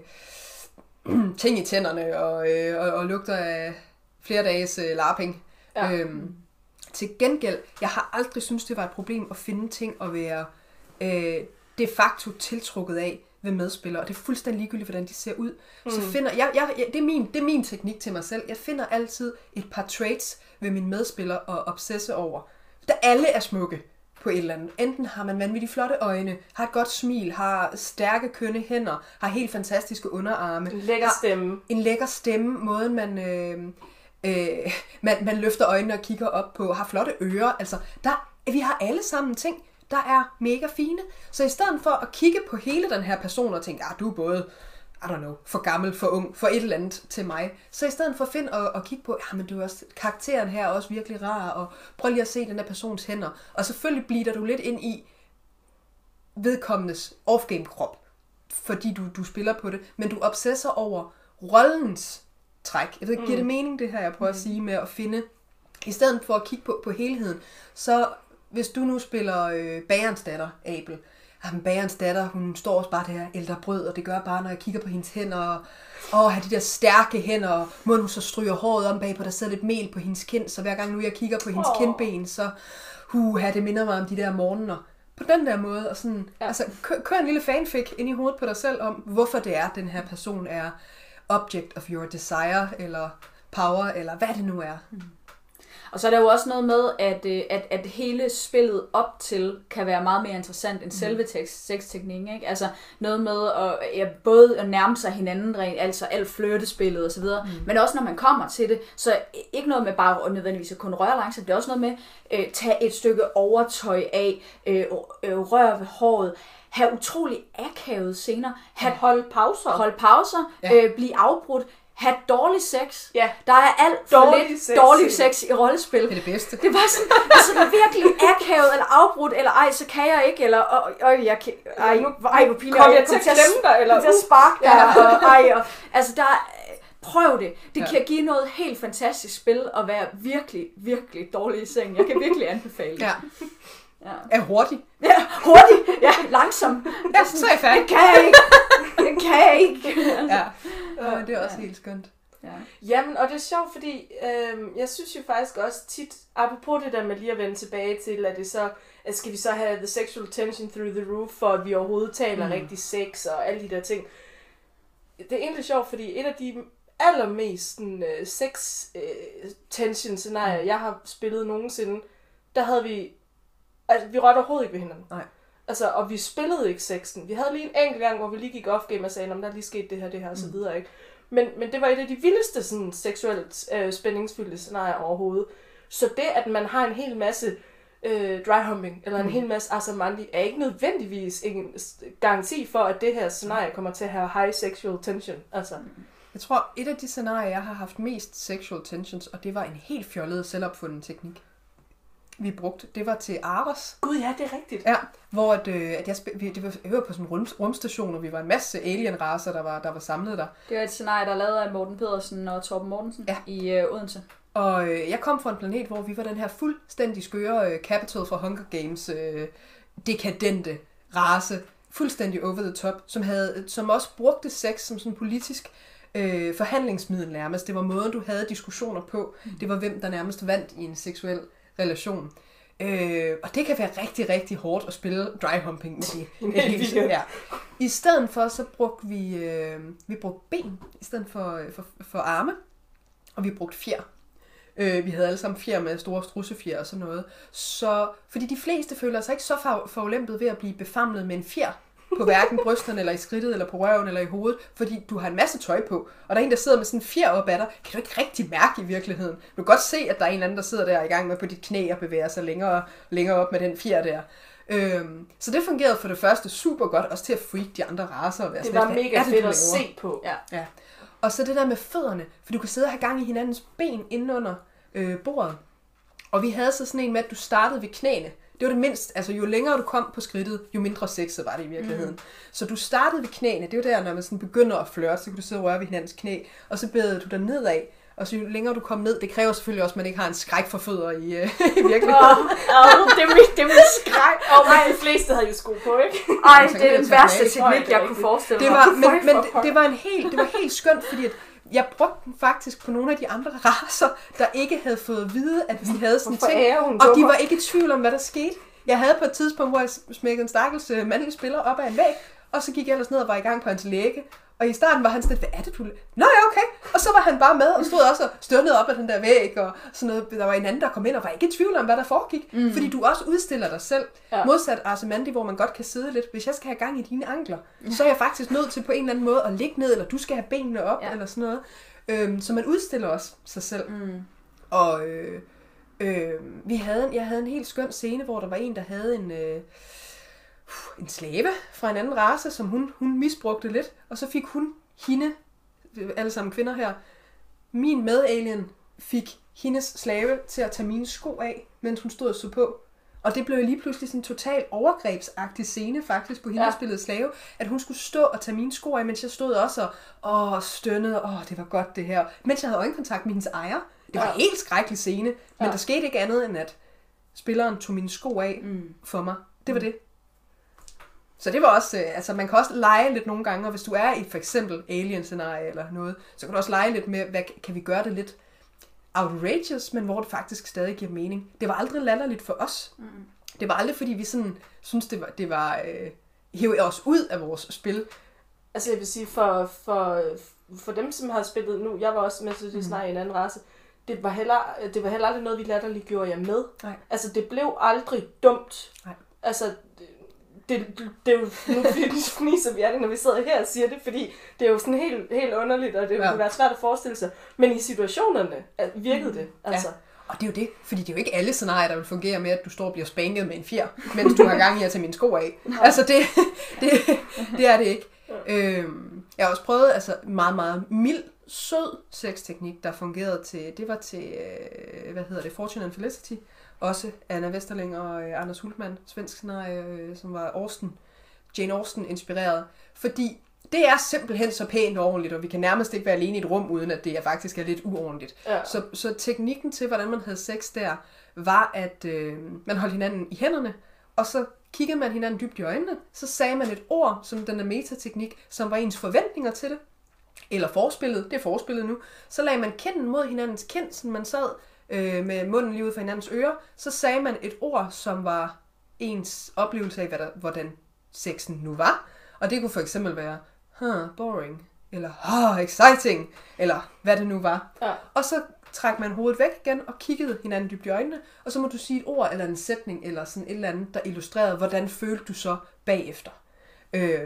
ting i tænderne og, øh, og, og lugter af flere dages øh, larping. Ja. Øhm, til gengæld, jeg har aldrig syntes, det var et problem at finde ting at være øh, de facto tiltrukket af ved medspillere, og det er fuldstændig ligegyldigt, hvordan de ser ud. Mm. Så finder jeg, jeg, jeg det, er min, det er min teknik til mig selv. Jeg finder altid et par traits ved mine medspillere at obsesse over. Der alle er smukke på et eller andet. Enten har man vanvittigt flotte øjne, har et godt smil, har stærke, kønne hænder, har helt fantastiske underarme. En lækker stemme. En lækker stemme, måden man, øh, øh, man, man løfter øjnene og kigger op på, har flotte ører. Altså, der, vi har alle sammen ting, der er mega fine. Så i stedet for at kigge på hele den her person og tænke, ah, du er både, I don't know, for gammel, for ung, for et eller andet til mig. Så i stedet for at finde og, og kigge på, ja, men du er også, karakteren her er også virkelig rar, og prøv lige at se den der persons hænder. Og selvfølgelig bliver du lidt ind i vedkommendes off-game-krop, fordi du, du spiller på det, men du obsesser over rollens træk. Jeg ved ikke, giver det mening, det her, jeg prøver mm. at sige med at finde, i stedet for at kigge på, på helheden, så hvis du nu spiller øh, bagerens datter, Abel, jamen, bagerens datter, hun står også bare der, ældre brød, og det gør bare, når jeg kigger på hendes hænder, og åh, har de der stærke hænder, og måden hun så stryger håret om bagpå, der sidder lidt mel på hendes kind, så hver gang nu jeg kigger på hendes oh. kindben, så huha, det minder mig om de der morgener. På den der måde, og sådan, ja. altså, kør, kør en lille fanfic ind i hovedet på dig selv om, hvorfor det er, den her person er object of your desire, eller power, eller hvad det nu er. Mm. Og så er der jo også noget med, at, at, at hele spillet op til kan være meget mere interessant end mm. selve sexteknikken, ikke? Altså noget med at, ja, både at nærme sig hinanden, altså alt flirtespillet osv., mm. men også når man kommer til det, så ikke noget med bare nødvendigvis at kunne røre langsomt, det er også noget med at øh, tage et stykke overtøj af, øh, øh, røre ved håret, have utrolig akavede scener, have, hold pauser, hold pauser ja. øh, blive afbrudt, have dårlig sex. Ja. Der er alt for dårlig lidt sex. dårlig sex i rollespil. Det er det bedste. Det var sådan, altså virkelig akavet eller afbrudt, eller ej, så kan jeg ikke, eller øj, jeg kan, ej, nu, ej, hvor pinligt, kom jeg til at klemme dig, eller til at sparke dig, ja. og ej, og, altså der er, prøv det. Det ja. kan give noget helt fantastisk spil, og være virkelig, virkelig dårlig i seng. Jeg kan virkelig anbefale det. Ja. Ja. Er hurtig. Ja, hurtigt. Ja, langsom. Ja, så er jeg færdig. Det kan jeg ikke. Det kan jeg ikke. Ja, ja det er også ja. helt skønt. Ja. Jamen, og det er sjovt, fordi øh, jeg synes jo faktisk også tit, apropos det der med lige at vende tilbage til, at det så, at skal vi så have the sexual tension through the roof, for at vi overhovedet taler mm. rigtig sex og alle de der ting. Det er egentlig sjovt, fordi et af de allermest sådan, uh, sex uh, tension scenarier, mm. jeg har spillet nogensinde, der havde vi, altså vi rørte overhovedet ikke ved hinanden. Nej. Altså, og vi spillede ikke sexen. Vi havde lige en enkelt gang, hvor vi lige gik off-game og sagde, om der er lige sket det her, det her, og så videre, ikke? Men, men det var et af de vildeste sådan, seksuelt øh, spændingsfyldte scenarier overhovedet. Så det, at man har en hel masse øh, dryhumping, eller en mm. hel masse asamandi, er ikke nødvendigvis en garanti for, at det her scenarie kommer til at have high sexual tension. Altså. Jeg tror, et af de scenarier, jeg har haft mest sexual tensions, og det var en helt fjollet, selvopfundet teknik, vi brugte, det var til Aros. Gud ja, det er rigtigt. Ja, hvor at, øh, at jeg, spil, vi, det var, jeg hørte på sådan en rum, rumstation, og vi var en masse alien-racer, der var, der var samlet der. Det var et scenarie, der er lavet af Morten Pedersen og Torben Mortensen ja. i øh, Odense. Og øh, jeg kom fra en planet, hvor vi var den her fuldstændig skøre øh, Capital fra Hunger Games, øh, dekadente race, fuldstændig over the top, som, havde, som også brugte sex som sådan politisk øh, forhandlingsmiddel nærmest. Det var måden, du havde diskussioner på. Det var hvem, der nærmest vandt i en seksuel relation. Øh, og det kan være rigtig, rigtig hårdt at spille dryhumping med det. Ja. I stedet for, så brugte vi, øh, vi brugte ben, i stedet for, for, for arme, og vi brugte fjer. Øh, vi havde alle sammen fjer med store strussefjer og sådan noget. Så, fordi de fleste føler sig ikke så for, forulempet ved at blive befamlet med en fjer. på hverken brysterne, eller i skridtet, eller på røven, eller i hovedet, fordi du har en masse tøj på, og der er en, der sidder med sådan en fjer op ad dig, kan du ikke rigtig mærke i virkeligheden. Du kan godt se, at der er en eller anden, der sidder der i gang med på dit knæ og bevæger sig længere, længere op med den fjer der. Øhm, så det fungerede for det første super godt, også til at freak de andre racer. Og være det var sådan, mega fedt at se på. Ja. Ja. Og så det der med fødderne, for du kan sidde og have gang i hinandens ben inde under øh, bordet. Og vi havde så sådan en med, at du startede ved knæene. Det var det mindst, altså jo længere du kom på skridtet, jo mindre sexet var det i virkeligheden. Mm. Så du startede ved knæene, det er jo der, når man sådan begynder at flirte, så kan du sidde og røre ved hinandens knæ, og så bevægede du dig nedad. Og så jo længere du kom ned, det kræver selvfølgelig også, at man ikke har en skræk for fødder i, øh, i virkeligheden. Åh, oh, det er mit, det er mit skræk. Åh, oh, men de fleste havde jo sko på, ikke? Ej, det er den værste teknik, jeg kunne forestille mig. Det var, men men det, det, var en helt, det var helt skønt, fordi at jeg brugte den faktisk på nogle af de andre racer, der ikke havde fået at vide, at vi havde sådan ting. Og de var ikke i tvivl om, hvad der skete. Jeg havde på et tidspunkt, hvor jeg smækkede en stakkels mandlig spiller op ad en væg, og så gik jeg ellers ned og var i gang på hans læge. Og i starten var han sådan, hvad er det, du... Nå ja, okay. Og så var han bare med og stod også og stønnede op ad den der væg og sådan noget. Der var en anden, der kom ind og var ikke i tvivl om, hvad der foregik. Mm. Fordi du også udstiller dig selv. Ja. Modsat Arzamandi, hvor man godt kan sidde lidt. Hvis jeg skal have gang i dine ankler, ja. så er jeg faktisk nødt til på en eller anden måde at ligge ned, eller du skal have benene op, ja. eller sådan noget. Øhm, så man udstiller også sig selv. Mm. Og øh, øh, vi havde, jeg havde en helt skøn scene, hvor der var en, der havde en... Øh, en slave fra en anden race, som hun, hun misbrugte lidt, og så fik hun hende, alle sammen kvinder her, min medalien fik hendes slave til at tage mine sko af, mens hun stod og så på. Og det blev jo lige pludselig sådan en total overgrebsagtig scene faktisk på hende, der ja. spillede slave, at hun skulle stå og tage mine sko af, mens jeg stod også og åh, stønnede, åh, det var godt det her. Mens jeg havde øjenkontakt med hendes ejer. Det var ja. en helt skrækkelig scene, men ja. der skete ikke andet end, at spilleren tog mine sko af mm. for mig. Det var det. Så det var også, altså man kan også lege lidt nogle gange, og hvis du er i for eksempel alien-scenarie eller noget, så kan du også lege lidt med, hvad kan vi gøre det lidt outrageous, men hvor det faktisk stadig giver mening. Det var aldrig latterligt for os. Mm. Det var aldrig, fordi vi sådan synes det var, det var øh, hævet os ud af vores spil. Altså jeg vil sige, for, for, for dem, som har spillet nu, jeg var også med til det snart i en anden race, det var heller, det var heller aldrig noget, vi latterligt gjorde jer med. Nej. Altså det blev aldrig dumt. Nej. Altså... Det, det, det er jo, nu fniser vi er det, når vi sidder her og siger det, fordi det er jo sådan helt, helt underligt, og det ja. kan være svært at forestille sig. Men i situationerne virkede det, altså. Ja. Og det er jo det, fordi det er jo ikke alle scenarier, der vil fungere med, at du står og bliver spanket med en fjer, mens du har gang i at tage mine sko af. Altså det, det, det er det ikke. Ja. Øhm, jeg har også prøvet altså meget, meget mild, sød sexteknik, der fungerede til, det var til, øh, hvad hedder det, Fortune and Felicity. Også Anna Westerling og øh, Anders Hultmann, svensk scenarie, øh, som var Austen, Jane Austen inspireret. Fordi det er simpelthen så pænt og ordentligt, og vi kan nærmest ikke være alene i et rum, uden at det er faktisk er lidt uordentligt. Ja. Så, så teknikken til, hvordan man havde sex der, var, at øh, man holdt hinanden i hænderne, og så kiggede man hinanden dybt i øjnene, så sagde man et ord, som den er metateknik, som var ens forventninger til det, eller forspillet, det er forspillet nu, så lagde man kinden mod hinandens kind, så man sad øh, med munden lige ud for hinandens ører, så sagde man et ord, som var ens oplevelse af, hvad der, hvordan sexen nu var, og det kunne for eksempel være, huh, boring, eller huh, exciting, eller hvad det nu var. Ja. Og så trak man hovedet væk igen og kiggede hinanden dybt i øjnene, og så må du sige et ord eller en sætning eller sådan et eller andet, der illustrerede, hvordan følte du så bagefter. Øh,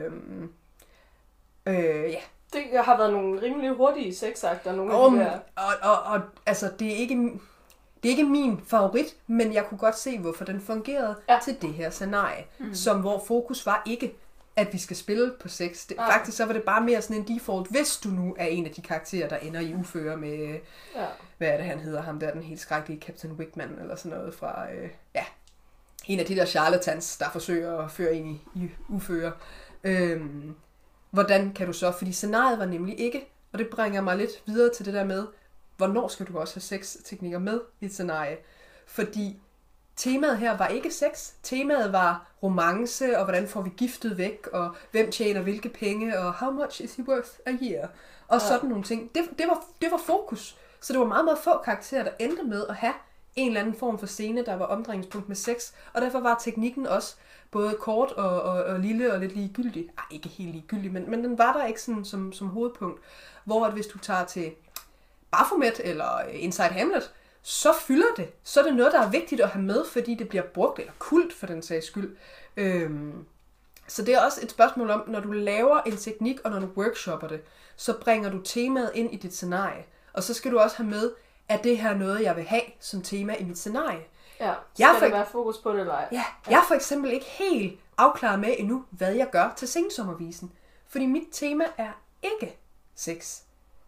øh, ja. Det har været nogle rimelig hurtige sexakter, nogle og, af de der. Og, og, og altså, det er ikke... Det er ikke min favorit, men jeg kunne godt se, hvorfor den fungerede ja. til det her scenarie, mm. som hvor fokus var ikke, at vi skal spille på sex. Det, ja. Faktisk så var det bare mere sådan en default, hvis du nu er en af de karakterer, der ender i uføre med, ja. hvad er det han hedder, ham der, den helt skrækkelige Captain Wickman, eller sådan noget fra, øh, ja, en af de der charlatans, der forsøger at føre en i, i uføre. Øhm, hvordan kan du så, fordi scenariet var nemlig ikke, og det bringer mig lidt videre til det der med, hvornår skal du også have sexteknikker med i et scenarie? Fordi temaet her var ikke sex. Temaet var romance, og hvordan får vi giftet væk, og hvem tjener hvilke penge, og how much is he worth a year? Og ja. sådan nogle ting. Det, det, var, det var fokus. Så det var meget, meget få karakterer, der endte med at have en eller anden form for scene, der var omdrejningspunkt med sex. Og derfor var teknikken også både kort og, og, og lille og lidt ligegyldig. Ej, ikke helt ligegyldig, men, men den var der ikke sådan som, som hovedpunkt. Hvor at hvis du tager til Baphomet eller Inside Hamlet, så fylder det. Så er det noget, der er vigtigt at have med, fordi det bliver brugt, eller kult for den sags skyld. Øhm, Så det er også et spørgsmål om, når du laver en teknik, og når du workshopper det, så bringer du temaet ind i dit scenarie. Og så skal du også have med, at det her er noget, jeg vil have som tema i mit scenarie. Ja, jeg skal for... der være fokus på det eller ej? Ja, jeg er for eksempel ikke helt afklaret med endnu, hvad jeg gør til Sensommervisen. Fordi mit tema er ikke sex.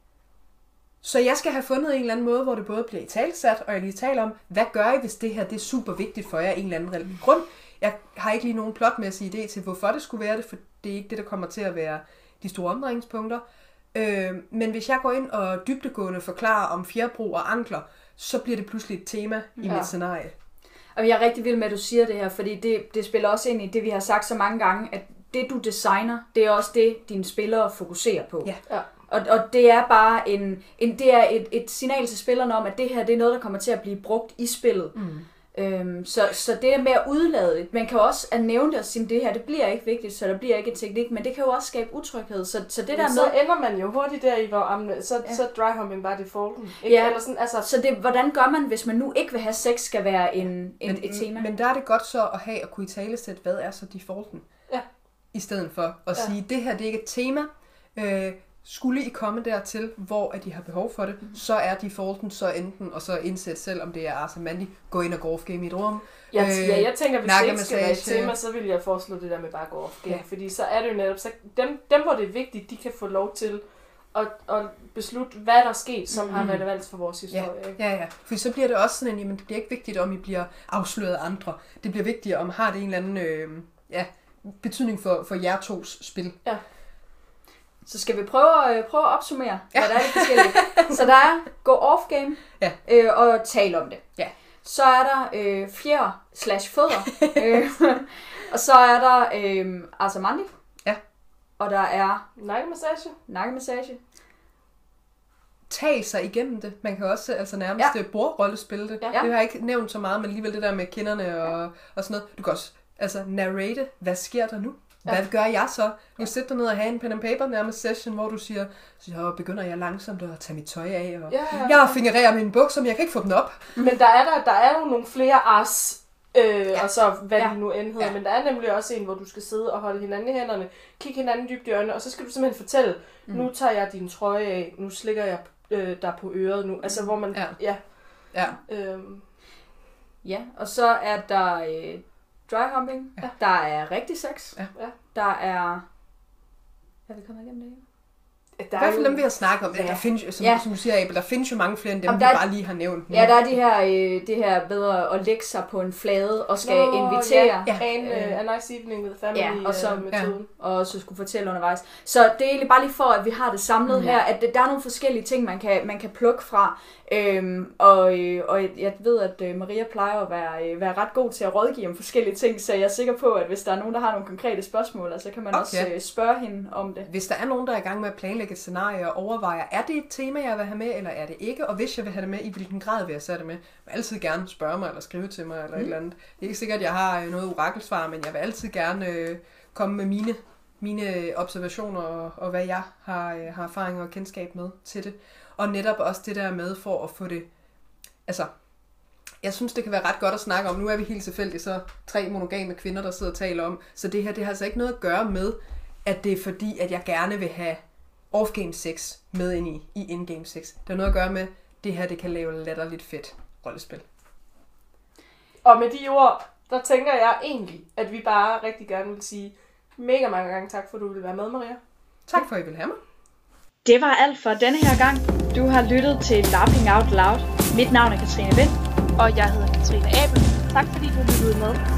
Så jeg skal have fundet en eller anden måde, hvor det både bliver italesat, og jeg lige taler om, hvad gør I, hvis det her det er super vigtigt for jer af en eller anden grund. Jeg har ikke lige nogen plotmæssig idé til, hvorfor det skulle være det, for det er ikke det, der kommer til at være de store omdrejningspunkter. Øh, men hvis jeg går ind og dybdegående forklarer om fjerbro og ankler, så bliver det pludselig et tema i ja. mit scenarie. Og jeg er rigtig vild med, at du siger det her, fordi det, det spiller også ind i det, vi har sagt så mange gange, at det, du designer, det er også det, dine spillere fokuserer på. Ja. Ja. Og, og det er bare en, en, det er et, et signal til spillerne om, at det her det er noget, der kommer til at blive brugt i spillet. Mm. Øhm, så, så det er med at udlade det. Man kan jo også at nævne det og sige, det her det bliver ikke vigtigt, så der bliver ikke en teknik, men det kan jo også skabe utryghed. Så, så det der med... Så ender man jo hurtigt der i, hvor um, så, ja. så dryhumping bare defaulten. Ikke? Ja. Eller sådan, altså... Så det, hvordan gør man, hvis man nu ikke vil have sex, skal være en, en, men, et tema? Men der er det godt så at have at kunne italesætte, hvad er så defaulten? Ja. I stedet for at ja. sige, det her det er ikke et tema. Øh, Skulle I komme dertil, hvor at de har behov for det, mm. så er defaulten så enten, og så indsæt selv, om det er Ars Amandi, gå ind og gå off-game i et rum. Ja, øh, ja jeg tænker, hvis det ikke skal være et tema, så vil jeg foreslå det der med bare at gå off-game. Ja. Fordi så er det jo netop, så dem, dem hvor det er vigtigt, de kan få lov til at, at beslutte, hvad der er sket, som mm. har relevans for vores historie. Ja, ja, ja. For så bliver det også sådan, jamen det bliver ikke vigtigt, om I bliver afsløret af andre. Det bliver vigtigt, om har det en eller anden øh, ja, betydning for, for jer tos spil. Ja. Så skal vi prøve at, prøve at opsummere, ja. hvad der er det forskellige. Så der er gå off-game ja. øh, og tale om det. Ja. Så er der øh, fjer slash fødder. øh, og så er der øh, Ars Amandi. Ja. Og der er... Nakkemassage. Nakkemassage. Tal sig igennem det. Man kan også altså nærmest ja. bordrollespille det. Ja. Det har jeg ikke nævnt så meget, men alligevel det der med kinderne og, ja. og sådan noget. Du kan også altså narrate, hvad sker der nu? Hvad ja. gør jeg så? Nu sidder du ned og have en pen and paper nærmest session, hvor du siger, så begynder jeg langsomt at tage mit tøj af, og ja, ja. jeg fingererer mine bukser, men jeg kan ikke få dem op. Men der er, der, der er jo nogle flere ars, øh, ja. og så hvad ja. det nu end hedder, ja. men der er nemlig også en, hvor du skal sidde og holde hinanden i hænderne, kigge hinanden dybt i øjnene, og så skal du simpelthen fortælle, mm. nu tager jeg din trøje af, nu slikker jeg øh, der på øret nu, altså hvor man, ja, ja. Ja, øhm. ja og så er der... Øh, dryhumping. Ja. Der er rigtig sex. Ja. Der er... Er vi kommet igennem det? Der I hvert fald dem, vi har snakket om. Ja. Der findes, som, ja. som du siger, Abel, der findes jo mange flere end dem, Jamen, vi der... bare lige har nævnt. Ja, der er de her, øh, det her bedre at lægge sig på en flade og skal Nå, invitere. Ja. En, uh, a nice evening with family ja, og så, uh, metoden. Ja. Og så skulle fortælle undervejs. Så det er egentlig bare lige for, at vi har det samlet mm. her, at der er nogle forskellige ting, man kan, man kan plukke fra. Øhm, og, øh, og jeg ved, at øh, Maria plejer at være, øh, være ret god til at rådgive om forskellige ting, så jeg er sikker på, at hvis der er nogen, der har nogle konkrete spørgsmål, så kan man okay. også øh, spørge hende om det. Hvis der er nogen, der er i gang med at planlægge et scenarie og overvejer, er det et tema, jeg vil have med, eller er det ikke? Og hvis jeg vil have det med, i hvilken grad vil jeg sætte det med? Jeg vil altid gerne spørge mig, eller skrive til mig, eller mm. et eller andet. Det er ikke sikkert, at jeg har noget orakelsvar, men jeg vil altid gerne øh, komme med mine, mine observationer, og, og hvad jeg har, øh, har erfaring og kendskab med til det. Og netop også det der med for at få det, altså, jeg synes det kan være ret godt at snakke om, nu er vi helt tilfældigt så tre monogame kvinder, der sidder og taler om, så det her, det har altså ikke noget at gøre med, at det er fordi, at jeg gerne vil have off-game sex med ind i, i in-game sex. Det har noget at gøre med, det her, det kan lave latterligt fedt rollespil. Og med de ord, der tænker jeg egentlig, at vi bare rigtig gerne vil sige mega mange gange tak, for at du ville være med, Maria. Tak for, at I ville have mig. Det var alt for denne her gang. Du har lyttet til Lapping Out Loud. Mit navn er Katrine Vind. Og jeg hedder Katrine Abel. Tak fordi du lyttede med.